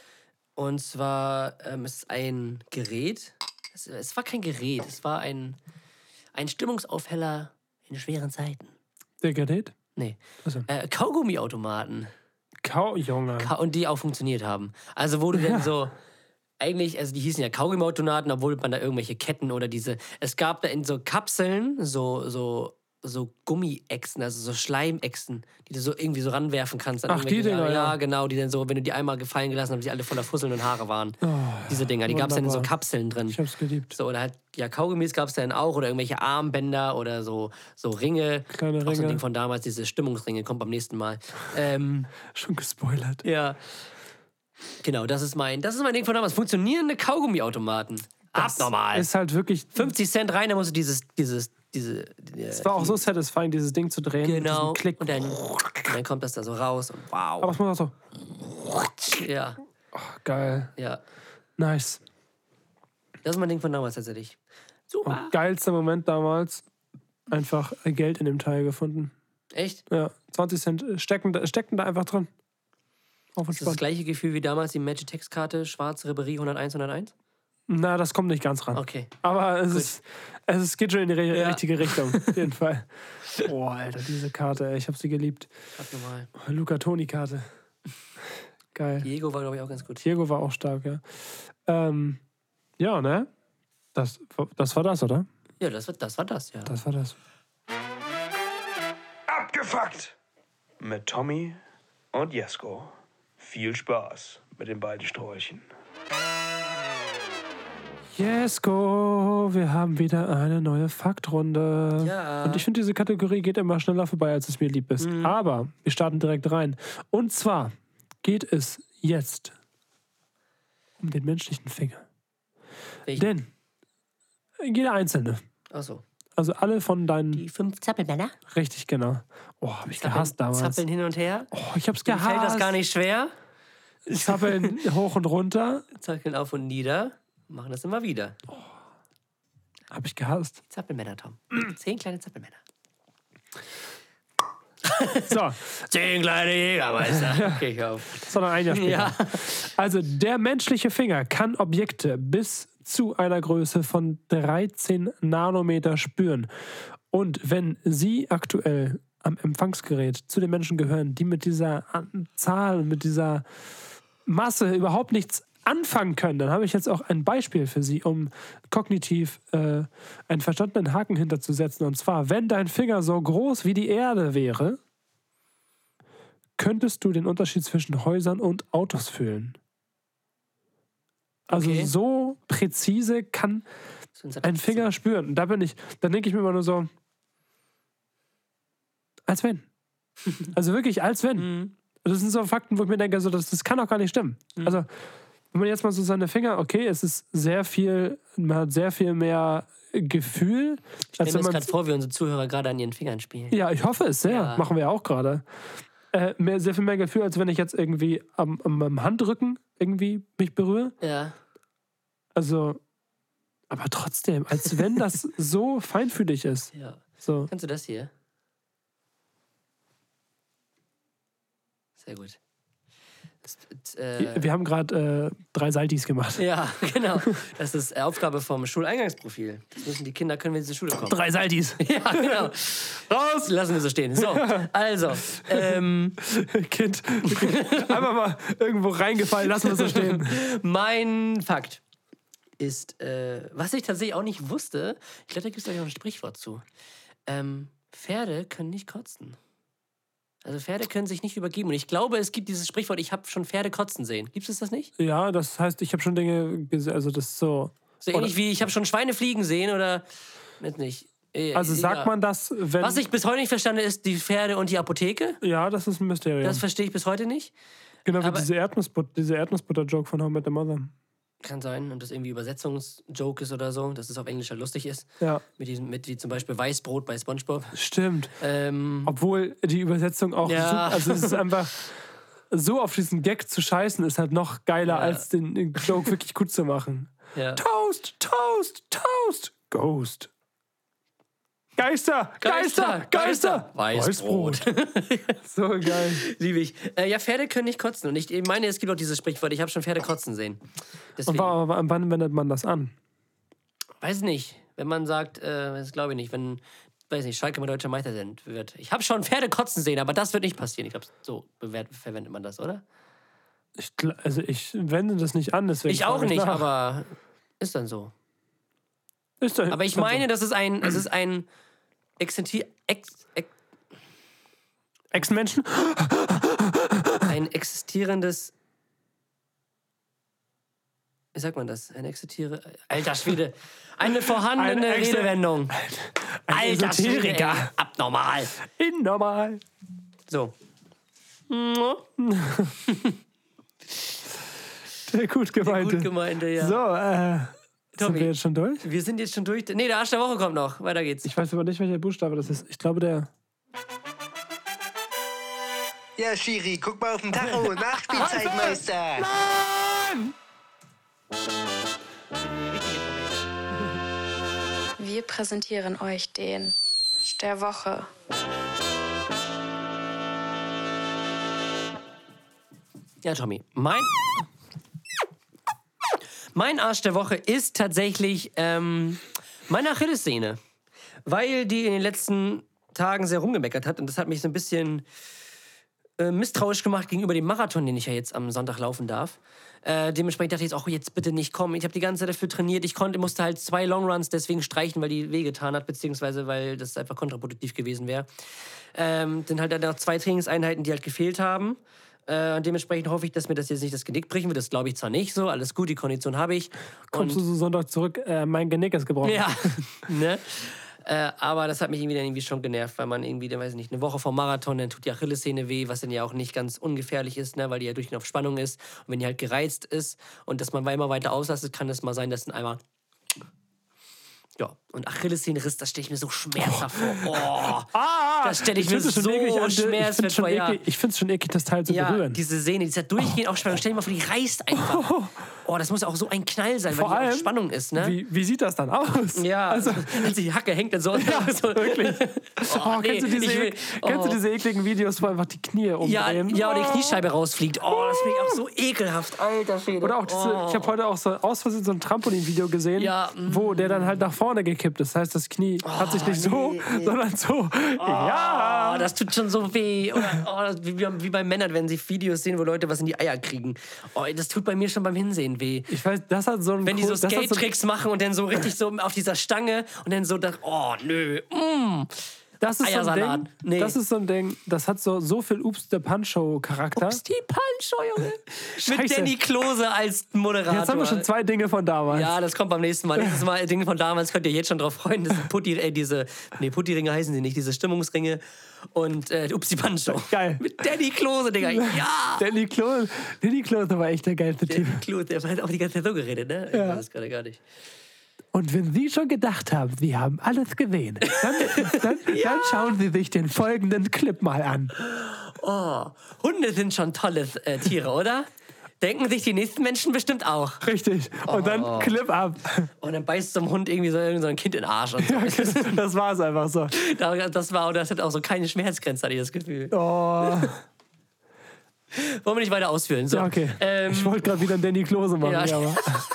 Und zwar es ist ein Gerät. Es war kein Gerät, es war ein Stimmungsaufheller in schweren Zeiten. Der Gerät? Nee. Also. Kaugummiautomaten. Junge. Und die auch funktioniert haben. Also wo du denn so... Eigentlich, also die hießen ja Kaugummiautomaten, obwohl man da irgendwelche Ketten oder es gab da in so Kapseln so Gummiechsen, also so Schleimechsen, die du so irgendwie so ranwerfen kannst. An Ach, die irgendwelche- Dinger, Ja, ja. genau, die dann so, wenn du die einmal gefallen gelassen hast, die alle voller Fusseln und Haare waren. Diese Dinger, die gab es dann in so wunderbar. Kapseln drin. Ich hab's geliebt. So, oder halt, ja, Kaugummis gab es dann auch oder irgendwelche Armbänder oder so Ringe. Kleine Auch so ein Ringe. Ding von damals, diese Stimmungsringe, kommt beim nächsten Mal. Schon gespoilert. Ja. Genau, das ist mein Ding von damals. Funktionierende Kaugummiautomaten. Abnormal. Ist halt wirklich. 50 Cent rein, dann musst du diese. Es war auch so satisfying, dieses Ding zu drehen. mit Genau. diesem Klick. Und dann kommt das da so raus und wow. Aber es muss auch so. Ja, Geil. ja. Nice. Das ist mein Ding von damals tatsächlich. Super. Und geilster Moment damals. Einfach Geld in dem Teil gefunden. Echt? Ja, 20 Cent steckten da einfach drin. Auf Das ist das entspannt. gleiche Gefühl wie damals die Magitex-Karte, schwarz, Reberie 101, 101? Na, das kommt nicht ganz ran. Okay. Aber es geht schon in die Ja. richtige Richtung. Auf jeden Fall. Boah, Alter, diese Karte, ey, ich hab sie geliebt. Abnormal. Luca Toni-Karte. Geil. Diego war, glaube ich, auch ganz gut. Diego war auch stark, ja. Ja, ne? Das war das, oder? Ja, das war das, ja. Das war das. Abgefuckt! Mit Tommy und Jesko. Viel Spaß mit den beiden Sträuchen. Jesko, wir haben wieder eine neue Faktrunde. Ja. Und ich finde, diese Kategorie geht immer schneller vorbei, als es mir lieb ist. Aber wir starten direkt rein. Und zwar geht es jetzt um den menschlichen Finger. Welchen? Denn jeder Einzelne, Achso. also alle von deinen... Die 5 Zappelmänner. Richtig, genau. Oh, hab ich gehasst damals. Zappeln hin und her. Oh, ich hab's Mir gehasst. fällt das gar nicht schwer. Zappeln hoch und runter. Zappeln auf und nieder. Machen das immer wieder. Hab ich gehasst. Zappelmänner, Tom. 10 kleine Zappelmänner. So, 10 kleine Jägermeister. Okay, ich auf. sondern ein Jahr später. Ja. Also der menschliche Finger kann Objekte bis zu einer Größe von 13 Nanometer spüren. Und wenn Sie aktuell am Empfangsgerät zu den Menschen gehören, die mit dieser Zahl, mit dieser Masse überhaupt nichts anfangen können, dann habe ich jetzt auch ein Beispiel für Sie, um kognitiv einen verstandenen Haken hinterzusetzen. Und zwar, wenn dein Finger so groß wie die Erde wäre, könntest du den Unterschied zwischen Häusern und Autos fühlen. Also Okay. so präzise kann ein Finger spüren. Und da denke ich mir immer nur so, als wenn. Also wirklich, als wenn. Das sind so Fakten, wo ich mir denke, so, das kann doch gar nicht stimmen. Also, wenn man jetzt mal so seine Finger, okay, es ist sehr viel, man hat sehr viel mehr Gefühl, Ich stelle als mir wenn jetzt man. gerade vor, wie unsere Zuhörer gerade an ihren Fingern spielen. Ja, ich hoffe es sehr. Ja. Machen wir auch gerade. Sehr viel mehr Gefühl, als wenn ich jetzt irgendwie am Handrücken irgendwie mich berühre. Ja. Also, aber trotzdem, als wenn das so feinfühlig ist. Ja. So. Kannst du das hier? Sehr gut. Wir haben gerade 3 Saltis gemacht. Ja, genau. Das ist Aufgabe vom Schuleingangsprofil. Das müssen die Kinder können, wenn sie zur Schule kommen. 3 Saltis. Ja, genau. Raus! Lassen wir so stehen. So, also. Kind. Einfach mal irgendwo reingefallen, lassen wir so stehen. Mein Fakt ist, was ich tatsächlich auch nicht wusste, ich glaube, da gibt es auch ein Sprichwort zu. Pferde können nicht kotzen. Also Pferde können sich nicht übergeben. Und ich glaube, es gibt dieses Sprichwort, ich habe schon Pferde kotzen sehen. Gibt es das nicht? Ja, das heißt, ich habe schon Dinge gesehen, also das ist so. So ähnlich wie, ich habe schon Schweine fliegen sehen oder... Weiß nicht. Also sagt man das, wenn... Was ich bis heute nicht verstanden ist, die Pferde und die Apotheke. Ja, das ist ein Mysterium. Das verstehe ich bis heute nicht. Genau wie aber- diese Erdnussbutter-Joke von How I Met Your Mother. Kann sein, und das irgendwie Übersetzungsjoke ist oder so, dass es auf Englisch halt lustig ist. Ja, Mit wie zum Beispiel Weißbrot bei SpongeBob. stimmt. Obwohl die Übersetzung auch Ja. super, also es ist einfach so auf diesen Gag zu scheißen, ist halt noch geiler, als den Joke wirklich gut zu machen. Ja. Toast, Toast, Toast, Ghost. Geister, Geister, Geister. Weißbrot. So geil. Liebe ich. Ja, Pferde können nicht kotzen. Und ich meine, es gibt auch dieses Sprichwort, ich habe schon Pferde kotzen sehen. Deswegen, Und wann wendet man das an? weiß nicht, wenn man sagt, das glaube ich nicht, wenn, weiß nicht, Schalke mal deutscher Meister wird. Ich habe schon Pferde kotzen sehen, aber das wird nicht passieren. Ich glaube, so verwendet man das, oder? Ich wende das nicht an, deswegen. Ich auch frage nicht, nach. aber ist dann so. Ist doch, Aber ich meine, das ist ein Ex-Menschen? ein existierendes. Wie sagt man das? Alter Schwede. Eine vorhandene Ein Redewendung. Ein Alter Schwede, Esoteriker. ey. Abnormal. Normal. So. Der gut gemeinte. Gut gemeinte, ja. So, sind Tommy. wir jetzt schon durch? Wir sind jetzt schon durch. Nee, der Arsch der Woche kommt noch. Weiter geht's. Ich weiß aber nicht, welcher Buchstabe das ist. Ich glaube, der... Ja, Schiri, guck mal auf den Tacho. Nachspielzeitmeister. Wir präsentieren euch den der Woche. Ja, Tommy. Mein Arsch der Woche ist tatsächlich meine Achillessehne. Weil die in den letzten Tagen sehr rumgemeckert hat. Und das hat mich so ein bisschen misstrauisch gemacht gegenüber dem Marathon, den ich ja jetzt am Sonntag laufen darf. Dementsprechend dachte ich jetzt auch, jetzt bitte nicht kommen. Ich habe die ganze Zeit dafür trainiert. Ich musste halt 2 Longruns deswegen streichen, weil die wehgetan hat, beziehungsweise weil das einfach kontraproduktiv gewesen wäre. Dann halt dann noch 2 Trainingseinheiten, die halt gefehlt haben. Und dementsprechend hoffe ich, dass mir das jetzt nicht das Genick brechen wird. Das glaube ich zwar nicht so. Alles gut, die Kondition habe ich. Kommst du so Sonntag zurück? Mein Genick ist gebrochen. Ja, ne? Aber das hat mich irgendwie schon genervt, weil man irgendwie, weiß ich nicht, eine Woche vor Marathon, dann tut die Achillessehne weh, was dann ja auch nicht ganz ungefährlich ist, ne? Weil die ja durchgehend auf Spannung ist. Und wenn die halt gereizt ist und dass man immer weiter auslastet, kann es mal sein, dass dann einmal... Ja, und Achillessehnenriss, das stelle ich mir so schmerzhaft vor. Oh, das stelle ich mir so schmerzhaft vor. Ja. Ich finde es schon eklig, das Teil zu berühren. Diese Sehne, die ist ja durchgehend auf Spannung. Stell dir mal vor, die reißt einfach. Oh, das muss auch so ein Knall sein, Vor weil die allem, auf Spannung ist, ne? Wie sieht das dann aus? Ja, also die Hacke hängt dann so. Ja, so. wirklich. Oh, nee, Kennst du diese ekligen Videos, wo einfach die Knie umdrehen? Ja, oder die Kniescheibe rausfliegt. Oh, das finde ich auch so ekelhaft. Alter Schwede. Oder auch ich habe heute auch so aus Versehen so ein Trampolin-Video gesehen, Ja, wo der dann halt nach vorne gekippt ist. Das heißt, das Knie hat sich nicht so, sondern so. Ja. Oh, das tut schon so weh. Oder wie bei Männern, wenn sie Videos sehen, wo Leute was in die Eier kriegen. Oh, das tut bei mir schon beim Hinsehen weh. Ich weiß, das hat so ein Wenn die so Skate-Tricks machen und dann so richtig so auf dieser Stange und dann so, oh, nö, Das ist so ein Eiersalat. Ding, Nee. das ist so ein Ding, das hat so viel Oops the Punch-Show-Charakter. Ups, die Punch, Junge. Mit Scheiße. Danny Klose als Moderator. Jetzt haben wir schon 2 Dinge von damals. Ja, das kommt beim nächsten Mal. Nächstes Mal Dinge von damals könnt ihr jetzt schon drauf freuen. Das sind Putti-Ringe heißen sie nicht, diese Stimmungsringe. Und Upsi Pancho. Geil. Mit Danny Klose, Digga. Ja! Danny Klose war echt der geilste Typ. Danny Klose, der hat auch die ganze Zeit so geredet, ne? Ich weiß es gerade gar nicht. Und wenn Sie schon gedacht haben, Sie haben alles gesehen, dann schauen Sie sich den folgenden Clip mal an. Oh, Hunde sind schon tolle Tiere, oder? Denken sich die nächsten Menschen bestimmt auch. Richtig. Und dann Clip ab. Und dann beißt so ein Hund irgendwie so ein Kind in den Arsch. Und so. Ja, das war es einfach so. Das hat auch so keine Schmerzgrenze, hatte ich das Gefühl. Oh. Wollen wir nicht weiter ausführen? So. Ja, okay. Ich wollte gerade wieder einen Danny Klose machen. Ja. Aber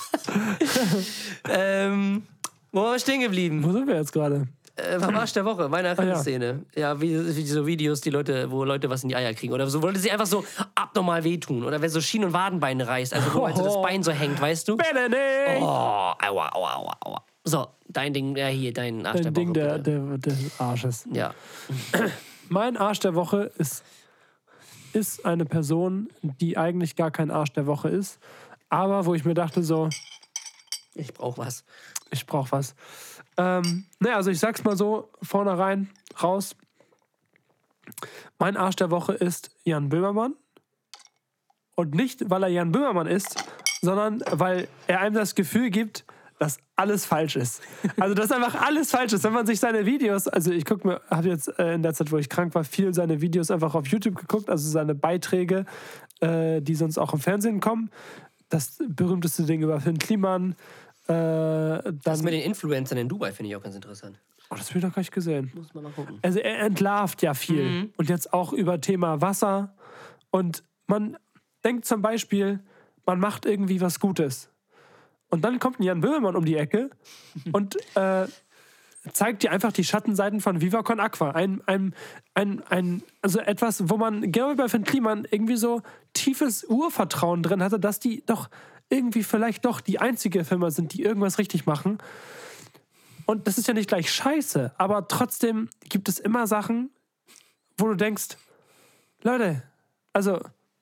Wo waren wir stehen geblieben? wo sind wir jetzt gerade? Am Arsch der Woche, meine Achillessehne. Ja, wie so Videos, wo Leute was in die Eier kriegen. Oder so, wo Leute sich einfach so abnormal wehtun. Oder wenn so Schien- und Wadenbeine reißt. Also wo halt so das Bein so hängt, weißt du? Benedikt! Oh, aua. So, dein Ding, ja hier, dein Arsch Ein der Ding Woche. bitte. des Arsches. Ja. Mein Arsch der Woche ist eine Person, die eigentlich gar kein Arsch der Woche ist. Aber wo ich mir dachte so, Ich brauch was. ich brauche was. Also ich sag's mal so, vornherein, raus. Mein Arsch der Woche ist Jan Böhmermann. Und nicht, weil er Jan Böhmermann ist, sondern weil er einem das Gefühl gibt, dass alles falsch ist. Also, dass einfach alles falsch ist. Wenn man sich seine Videos, also ich habe jetzt in der Zeit, wo ich krank war, viel seine Videos einfach auf YouTube geguckt, also seine Beiträge, die sonst auch im Fernsehen kommen. Das berühmteste Ding über Finn Kliman. Das mit den Influencern in Dubai finde ich auch ganz interessant. Oh, das habe ich noch gar nicht gesehen. Muss man mal gucken. Also er entlarvt ja viel. Und jetzt auch über Thema Wasser. Und man denkt zum Beispiel, man macht irgendwie was Gutes. Und dann kommt ein Jan Böhmermann um die Ecke und zeigt dir einfach die Schattenseiten von Viva Con Aqua. Also etwas, wo man, genau wie bei Finn Kliman, irgendwie so tiefes Urvertrauen drin hatte, dass die doch irgendwie vielleicht doch die einzige Firma sind, die irgendwas richtig machen. Und das ist ja nicht gleich scheiße, aber trotzdem gibt es immer Sachen, wo du denkst, Leute, also,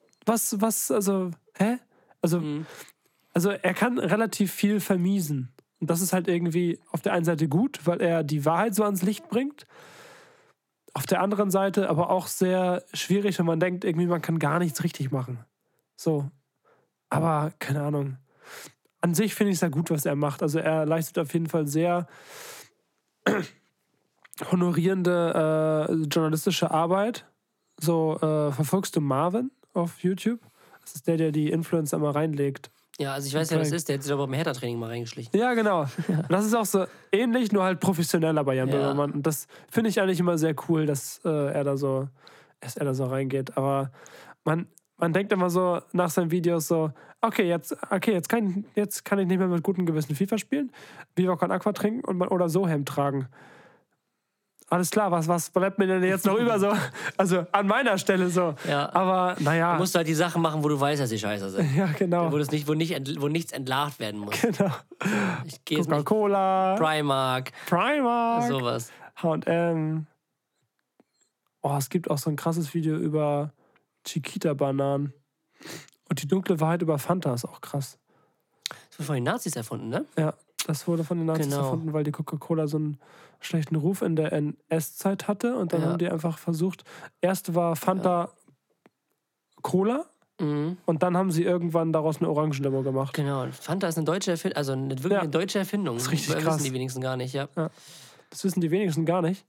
hä? Also er kann relativ viel vermiesen. Und das ist halt irgendwie auf der einen Seite gut, weil er die Wahrheit so ans Licht bringt. Auf der anderen Seite aber auch sehr schwierig, wenn man denkt, irgendwie man kann gar nichts richtig machen. So. Aber, keine Ahnung. An sich finde ich es ja gut, was er macht. Also er leistet auf jeden Fall sehr honorierende journalistische Arbeit. So, verfolgst du Marvin auf YouTube? Das ist der die Influencer mal reinlegt. Ja, also ich weiß ja, wer das ist. Der hat sich aber beim Hertha-Training mal reingeschlichen. Ja, genau. Das ist auch so ähnlich, nur halt professioneller bei Jan Böhmermann. Und das finde ich eigentlich immer sehr cool, dass er da so reingeht. Aber man denkt immer so nach seinen Videos so, okay, jetzt kann ich nicht mehr mit gutem Gewissen FIFA spielen, Viva Con Aqua trinken oder so Hemd tragen. Alles klar, was bleibt mir denn jetzt noch über so? Also an meiner Stelle so. Ja. Aber naja. Du musst halt die Sachen machen, wo du weißt, dass sie scheiße sind. Ja, genau. Wo nichts entlarvt werden muss. Genau. Ich gehe jetzt nicht. Coca-Cola. Primark. Sowas. H&M. Oh, es gibt auch so ein krasses Video über Chiquita-Bananen. Und die dunkle Wahrheit über Fanta ist auch krass. Das wurde von den Nazis erfunden, ne? Ja, das wurde von den Nazis erfunden, weil die Coca-Cola so einen schlechten Ruf in der NS-Zeit hatte. Und dann haben die einfach versucht, erst war Fanta Cola und dann haben sie irgendwann daraus eine Orangenlimo gemacht. Genau, Fanta ist eine deutsche Erfindung, also wirklich eine deutsche Erfindung. Das ist richtig krass. Das wissen die wenigsten gar nicht, ja. Das wissen die wenigsten gar nicht.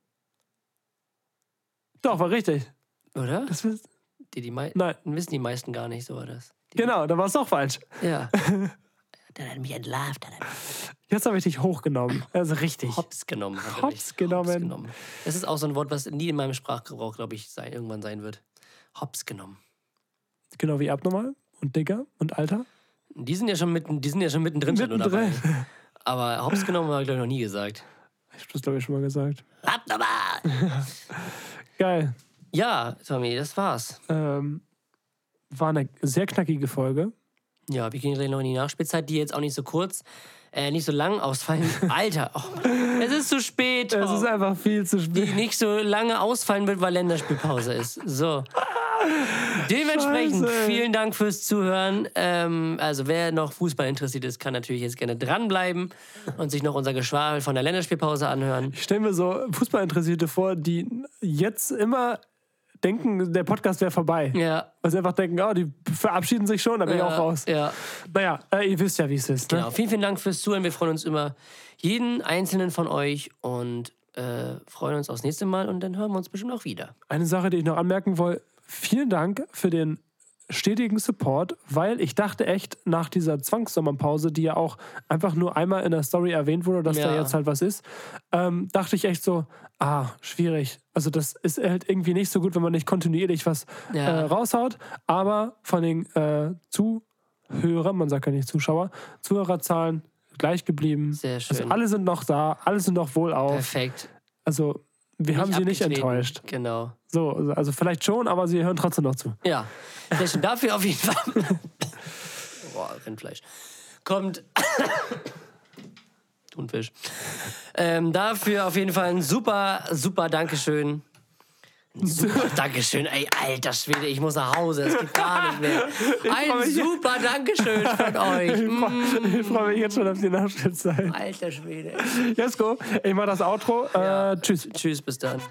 Doch, war richtig. Oder? Das Nein. Wissen die meisten gar nicht, so war das. Genau, da war es doch falsch. Ja. Der hat mich entlarvt. Jetzt habe ich dich hochgenommen. Also richtig. Hops genommen. Hops genommen. Das ist auch so ein Wort, was nie in meinem Sprachgebrauch, glaube ich, irgendwann sein wird. Hops genommen. Genau wie abnormal und dicker und alter. Die sind ja schon mittendrin. Schon dabei. Aber Hops genommen habe ich, glaube ich, noch nie gesagt. Ich habe das, glaube ich, schon mal gesagt. Abnormal! Geil. Ja, Tommy, das war's. War eine sehr knackige Folge. Ja, wir gehen gleich noch in die Nachspielzeit, die jetzt auch nicht so kurz, nicht so lang ausfallen. Alter, es ist zu spät. Es ist einfach viel zu spät. Die nicht so lange ausfallen wird, weil Länderspielpause ist. So. Dementsprechend vielen Dank fürs Zuhören. Also wer noch Fußball interessiert ist, kann natürlich jetzt gerne dranbleiben und sich noch unser Geschwafel von der Länderspielpause anhören. Ich stelle mir so Fußballinteressierte vor, die jetzt immer denken, der Podcast wäre vorbei. Ja. Weil sie einfach denken, die verabschieden sich schon, dann bin ich auch raus. Ja. Naja, ihr wisst ja, wie es ist. Ne? Genau. Vielen Dank fürs Zuhören. Wir freuen uns über jeden einzelnen von euch und freuen uns aufs nächste Mal und dann hören wir uns bestimmt auch wieder. Eine Sache, die ich noch anmerken wollte, vielen Dank für den stetigen Support, weil ich dachte echt, nach dieser Zwangssommerpause, die ja auch einfach nur einmal in der Story erwähnt wurde, dass da jetzt halt was ist, dachte ich echt so, schwierig. Also das ist halt irgendwie nicht so gut, wenn man nicht kontinuierlich was raushaut, aber von den Zuhörern, man sagt ja nicht Zuschauer, Zuhörerzahlen gleich geblieben. Sehr schön. Also alle sind noch da, alle sind noch wohlauf. Perfekt. Also wir haben sie nicht enttäuscht. Genau. So, also vielleicht schon, aber sie hören trotzdem noch zu. Ja, sehr schön. Dafür auf jeden Fall. Boah, Rindfleisch. Kommt. Thunfisch. Dafür auf jeden Fall ein super, super Dankeschön. Ein super Dankeschön. Ey, alter Schwede, ich muss nach Hause. Es geht gar nicht mehr. Ein super Dankeschön von euch. Ich freue mich jetzt schon auf die Nachspielzeit. Alter Schwede. Jesko, ich mach das Outro. Tschüss. Tschüss, bis dann.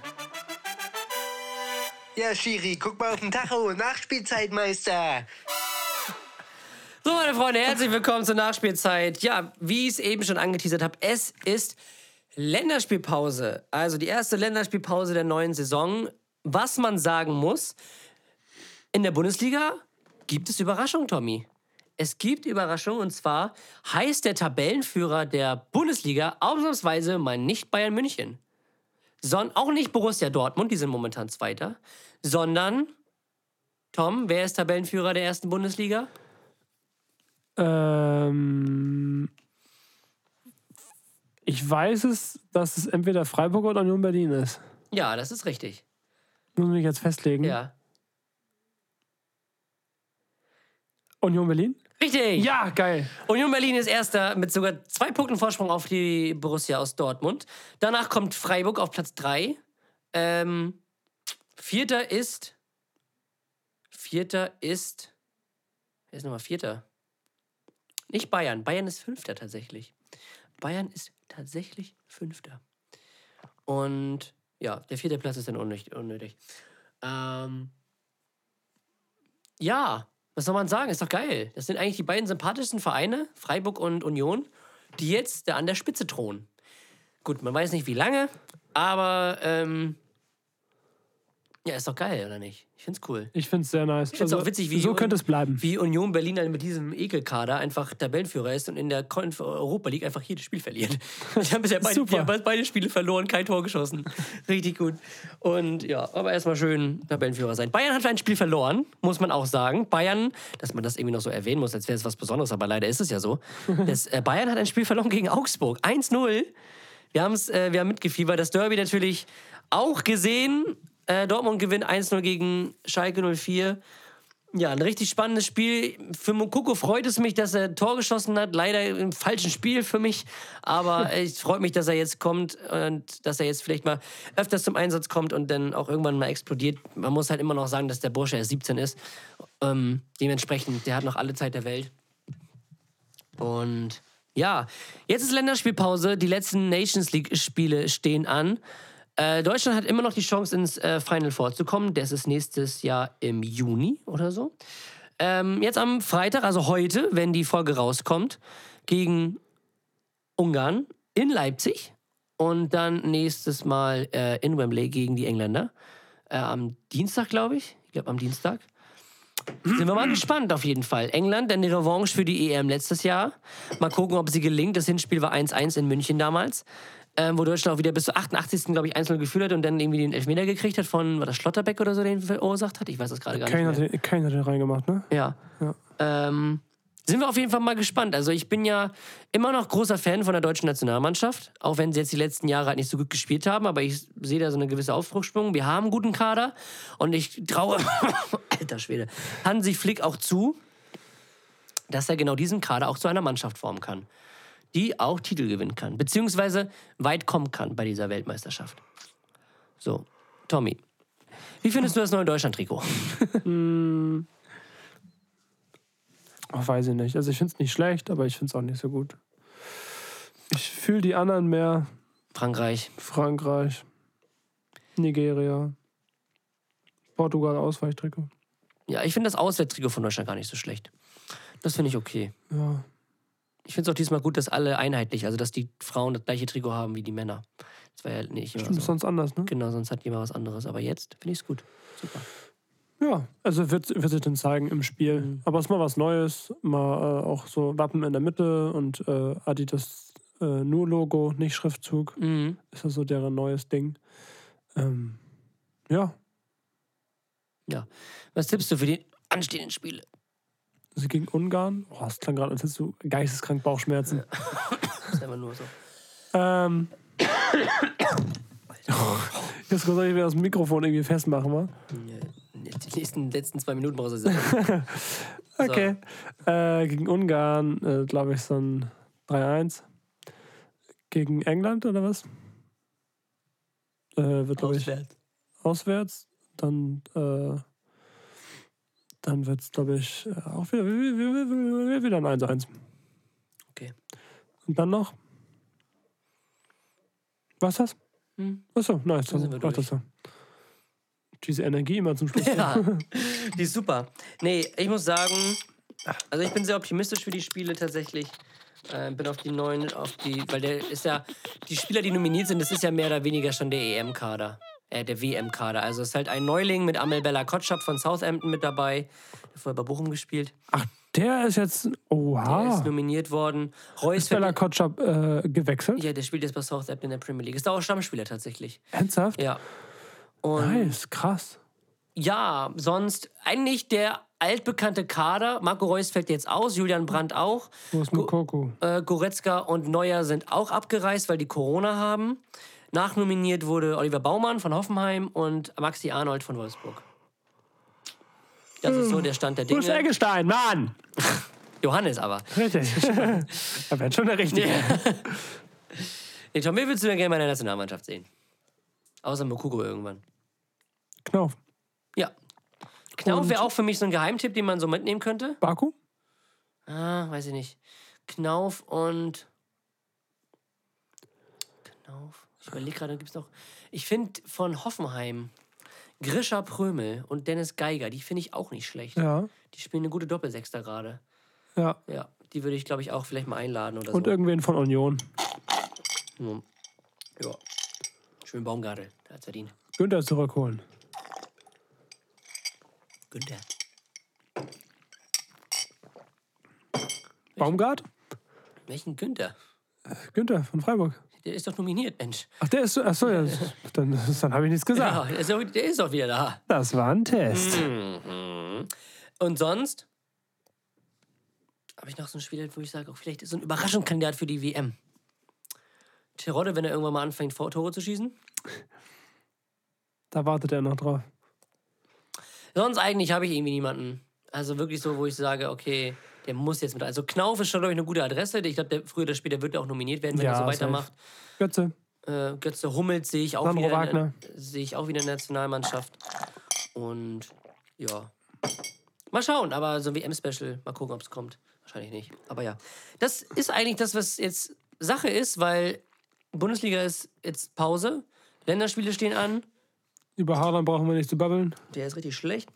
Ja, Schiri, guck mal auf den Tacho. Nachspielzeitmeister. So, meine Freunde, herzlich willkommen zur Nachspielzeit. Ja, wie ich es eben schon angeteasert habe, es ist Länderspielpause. Also die erste Länderspielpause der neuen Saison. Was man sagen muss, in der Bundesliga gibt es Überraschungen, Tommy. Es gibt Überraschungen, und zwar heißt der Tabellenführer der Bundesliga ausnahmsweise mal nicht Bayern München. Auch nicht Borussia Dortmund, die sind momentan Zweiter, sondern, Tom, wer ist Tabellenführer der ersten Bundesliga? Ich weiß es, dass es entweder Freiburg oder Union Berlin ist. Ja, das ist richtig. Muss ich mich jetzt festlegen. Ja. Union Berlin? Richtig! Ja, geil. Union Berlin ist Erster mit sogar 2 Punkten Vorsprung auf die Borussia aus Dortmund. Danach kommt Freiburg auf Platz 3. Vierter ist... Wer ist nochmal Vierter? Nicht Bayern. Bayern ist Fünfter tatsächlich. Bayern ist tatsächlich Fünfter. Und ja, der 4. Platz ist dann unnötig. Ja, was soll man sagen? Ist doch geil. Das sind eigentlich die beiden sympathischsten Vereine, Freiburg und Union, die jetzt da an der Spitze thronen. Gut, man weiß nicht wie lange, aber ja, ist doch geil, oder nicht? Ich find's cool. Ich find's sehr nice. Ich find's auch witzig, wie so könnte es bleiben. Wie Union Berlin dann mit diesem Ekelkader einfach Tabellenführer ist und in der Europa League einfach jedes Spiel verliert. Die haben bisher beide Spiele verloren, kein Tor geschossen. Richtig gut. Und ja, aber erstmal schön Tabellenführer sein. Bayern hat ein Spiel verloren, muss man auch sagen. Bayern, dass man das irgendwie noch so erwähnen muss, als wäre es was Besonderes, aber leider ist es ja so. Bayern hat ein Spiel verloren gegen Augsburg. 1-0. Wir haben mitgefiebert. Das Derby natürlich auch gesehen. Dortmund gewinnt 1-0 gegen Schalke 04. Ja, ein richtig spannendes Spiel. Für Moukoko freut es mich, dass er ein Tor geschossen hat. Leider im falschen Spiel für mich. Aber es freut mich, dass er jetzt kommt und dass er jetzt vielleicht mal öfters zum Einsatz kommt und dann auch irgendwann mal explodiert. Man muss halt immer noch sagen, dass der Bursche erst 17 ist. Dementsprechend, der hat noch alle Zeit der Welt. Und ja, jetzt ist Länderspielpause. Die letzten Nations League-Spiele stehen an. Deutschland hat immer noch die Chance, ins Final Four zu kommen. Das ist nächstes Jahr im Juni oder so. Jetzt am Freitag, also heute, wenn die Folge rauskommt, gegen Ungarn in Leipzig. Und dann nächstes Mal in Wembley gegen die Engländer. Am Dienstag, glaube ich. Ich glaube, am Dienstag. Sind wir mal gespannt auf jeden Fall. England, dann die Revanche für die EM letztes Jahr. Mal gucken, ob sie gelingt. Das Hinspiel war 1-1 in München damals. Wo Deutschland auch wieder bis zur 88. glaube ich 1-0 geführt hat und dann irgendwie den Elfmeter gekriegt hat war das Schlotterbeck oder so, den verursacht hat? Ich weiß das gerade gar nicht mehr. Keiner hat den reingemacht, ne? Ja. Sind wir auf jeden Fall mal gespannt. Also ich bin ja immer noch großer Fan von der deutschen Nationalmannschaft, auch wenn sie jetzt die letzten Jahre halt nicht so gut gespielt haben, aber ich sehe da so eine gewisse Aufbruchsschwung. Wir haben einen guten Kader und ich traue, alter Schwede, Hansi Flick auch zu, dass er genau diesen Kader auch zu einer Mannschaft formen kann, die auch Titel gewinnen kann, beziehungsweise weit kommen kann bei dieser Weltmeisterschaft. So, Tommy, wie findest du das neue Deutschland-Trikot? Weiß ich nicht. Also ich finde es nicht schlecht, aber ich finde es auch nicht so gut. Ich fühle die anderen mehr. Frankreich, Nigeria, Portugal Ausweichtrikot. Ja, ich finde das Auswärtstrikot von Deutschland gar nicht so schlecht. Das finde ich okay. Ja. Ich finde es auch diesmal gut, dass alle einheitlich, also dass die Frauen das gleiche Trikot haben wie die Männer. Das war ja nicht immer Stimmt, so. sonst anders, ne? Genau, sonst hat jemand was anderes. Aber jetzt finde ich es gut. Super. Ja, also wird sich dann zeigen im Spiel. Aber es ist mal was Neues, mal auch so Wappen in der Mitte und Adidas nur Logo, nicht Schriftzug. Ist das so deren neues Ding. Ja. Ja. Was tippst du für die anstehenden Spiele? Also gegen Ungarn? Oh, das klang gerade, als hättest du geisteskrank Bauchschmerzen. Das ist einfach nur so. Jetzt soll ich wieder das Mikrofon irgendwie festmachen, wa? Die letzten 2 Minuten brauchst du sagen. Okay. Gegen Ungarn, glaube ich, so ein 3-1. Gegen England, oder was? Wird, glaube ich, auswärts. Dann wird es, glaube ich, auch wieder ein 1-1. Okay. Und dann noch? Was ist das? Achso, nice. Dann sind wir durch. Das so. Diese Energie immer zum Schluss. Ja, die ist super. Nee, ich muss sagen, also ich bin sehr optimistisch für die Spiele tatsächlich. Bin auf die neuen, weil der ist ja, die Spieler, die nominiert sind, das ist ja mehr oder weniger schon der EM-Kader. Der WM-Kader. Also es ist halt ein Neuling mit Amel Bella Kotschap von Southampton mit dabei, der vorher bei Bochum gespielt. Ach, Der ist jetzt. Der Oha. ist nominiert worden. Reus Ist Bella Kotschap gewechselt? Ja, der spielt jetzt bei Southampton in der Premier League. Ist da auch Stammspieler tatsächlich. Ernsthaft? Ja. Und Nice, krass. ja, sonst eigentlich der altbekannte Kader. Marco Reus fällt jetzt aus, Julian Brandt auch. Wo ist Mukoko? Goretzka und Neuer sind auch abgereist, weil die Corona haben. Nachnominiert wurde Oliver Baumann von Hoffenheim und Maxi Arnold von Wolfsburg. Das ist so der Stand der Wo ist Dinge. Eggestein? Mann! Johannes aber. Richtig. Da wäre schon der Richtige. Nee, Tom, wen willst du denn gerne bei der Nationalmannschaft sehen? Außer Mukoko irgendwann. Knauf. Ja. Knauf wäre auch für mich so ein Geheimtipp, den man so mitnehmen könnte. Baku? Weiß ich nicht. Knauf und... Ich überlege gerade, gibt es noch... Ich finde von Hoffenheim Grisha Prömel und Dennis Geiger, die finde ich auch nicht schlecht. Ja. Die spielen eine gute Doppelsechs da gerade. Ja. Ja, die würde ich, glaube ich, auch vielleicht mal einladen oder Und so. irgendwen von Union. Ja. Schön Baumgartel, der hat's verdient. Günther zurückholen. Günther. Baumgart? Welchen Günther? Günther von Freiburg. Der ist doch nominiert, Mensch. Ach, der ist. Achso, ja. Dann habe ich nichts gesagt. Ja, der ist doch wieder da. Das war ein Test. Und sonst habe ich noch so einen Spieler, wo ich sage, auch vielleicht ist so ein Überraschungskandidat für die WM. Terodde, wenn er irgendwann mal anfängt, Tore zu schießen. Da wartet er noch drauf. Sonst eigentlich habe ich irgendwie niemanden. Also wirklich so, wo ich sage, okay, der muss jetzt mit. Also Knauf ist schon, glaube ich, eine gute Adresse. Ich glaube, früher oder später wird er auch nominiert werden, wenn er so weitermacht. Götze. Götze Hummels sehe ich auch Sandro Wagner. Sehe ich auch wieder in der Nationalmannschaft. Und ja. Mal schauen, aber so ein WM-Special, mal gucken, ob es kommt. Wahrscheinlich nicht. Aber ja. Das ist eigentlich das, was jetzt Sache ist, weil Bundesliga ist jetzt Pause. Länderspiele stehen an. Über Haaland brauchen wir nicht zu babbeln. Der ist richtig schlecht.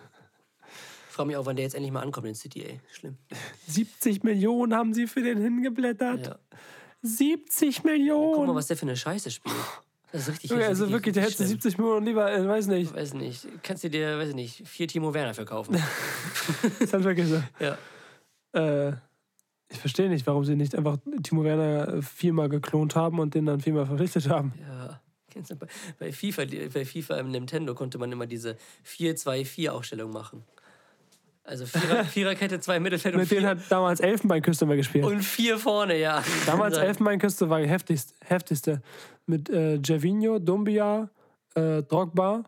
Ich frage mich auch, wann der jetzt endlich mal ankommt in City, ey. Schlimm. 70 Millionen haben sie für den hingeblättert. Ja. 70 Guck mal, Millionen. was der für eine Scheiße spielt. Das ist richtig. Okay, also richtig, wirklich, der hätte schlimm. 70 Millionen lieber, weiß nicht. Weiß nicht. Kannst du dir, weiß ich nicht, 4 Timo Werner verkaufen. Das ist halt wirklich so. Ja. Ich verstehe nicht, warum sie nicht einfach Timo Werner 4-mal geklont haben und den dann 4-mal verpflichtet haben. Ja. Kennst du, bei FIFA im Nintendo konnte man immer diese 4-2-4-Aufstellung machen. Also Viererkette, 2 Mittelfeld und Mit denen hat damals Elfenbeinküste mal gespielt. und 4 vorne, ja. Damals Elfenbeinküste war die heftigste. Mit Gervinho, Doumbia, Drogba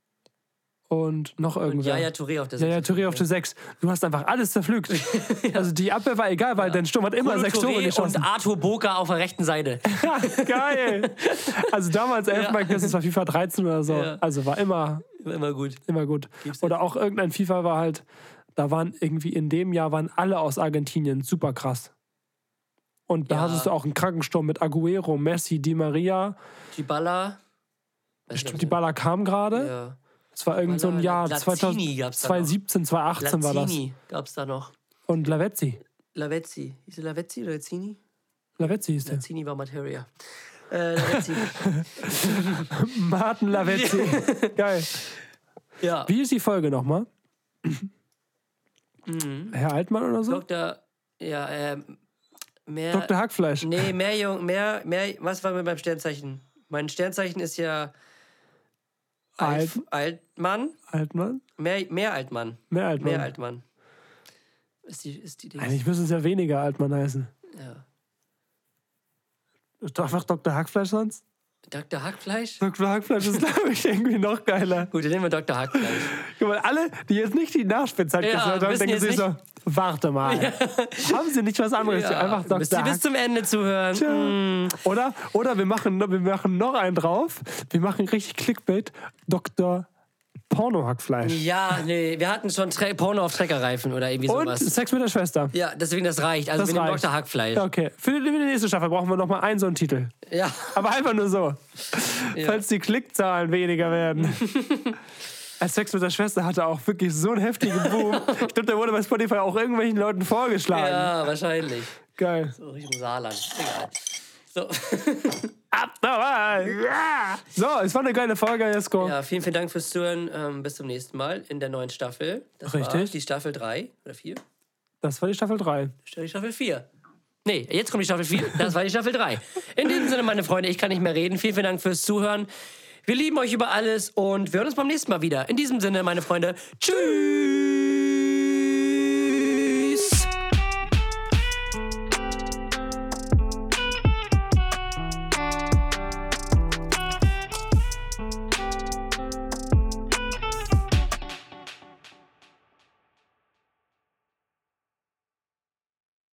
und noch irgendwer. Yaya Touré auf der Ja, Touré auf der 6. Du hast einfach alles zerpflügt. Also die Abwehr war egal, weil dein Sturm hat immer 6 Tore Touré geschossen. und Arthur Boca auf der rechten Seite. Geil! Also damals Elfenbeinküste, das war FIFA 13 oder so. Ja. Also war immer Gut. gut. Oder auch irgendein FIFA war halt, da waren irgendwie in dem Jahr waren alle aus Argentinien super krass. Und da Ja. hattest du auch einen Krankensturm mit Aguero, Messi, Di Maria. Dybala. Stimmt, die Baller kam gerade. Ja. Es war irgend so ein Jahr, Lazzini gab's da noch. 2017, 2018 war das. Lazzini gab es da noch. Und Lavezzi. Lavezzi. Hieß er Lavezzi oder Lazzini? Lavezzi hieß der. Lazzini war Materia. Lavezzi. Martin Lavezzi. Geil. Ja. Wie ist die Folge nochmal? Herr Altmann oder so? Dr. Ja, mehr. Dr. Hackfleisch. Nee, was war mit meinem Sternzeichen? Mein Sternzeichen ist ja Altmann. Altmann? Mehr Altmann. Mehr Altmann. Mehr Altmann. Ist die Dings. Eigentlich müsste es ja weniger Altmann heißen. Ja. Ist doch einfach Dr. Hackfleisch sonst? Dr. Hackfleisch? Dr. Hackfleisch ist, glaube ich, irgendwie noch geiler. Gut, dann nehmen wir Dr. Hackfleisch. Guck mal, alle, die jetzt nicht die Nachspielzeit Ja, gehört haben, wissen denken sich jetzt so, warte mal. Haben sie nicht was anderes? Einfach Dr. Müsst ihr bis zum Ende zuhören. Tja. Oder wir machen noch einen drauf. Wir machen richtig Clickbait. Dr. Porno-Hackfleisch. Ja, nee, wir hatten schon Porno auf Treckerreifen oder irgendwie Und sowas. Sex mit der Schwester. Ja, deswegen das reicht. Also Das wir nehmen reicht. Dr. Hackfleisch. Ja, okay. Für die nächste Staffel brauchen wir noch mal so einen Titel. Ja. Aber einfach nur so. Falls die Klickzahlen weniger werden. Sex mit der Schwester hatte auch wirklich so einen heftigen Boom. Ich glaube, der wurde bei Spotify auch irgendwelchen Leuten vorgeschlagen. Ja, wahrscheinlich. Geil. So Richtung Saarland. Egal. So. Ab dabei! Ja. So, es war eine geile Folge, Jesko. Ja, vielen Dank fürs Zuhören. Bis zum nächsten Mal in der neuen Staffel. Das war Richtig. die Staffel 3 oder 4. Das war die Staffel 3. Die Staffel 4. Nee, jetzt kommt die Staffel 4. Das war die Staffel 3. In diesem Sinne, meine Freunde, ich kann nicht mehr reden. Vielen, vielen Dank fürs Zuhören. Wir lieben euch über alles und wir hören uns beim nächsten Mal wieder. In diesem Sinne, meine Freunde, tschüss.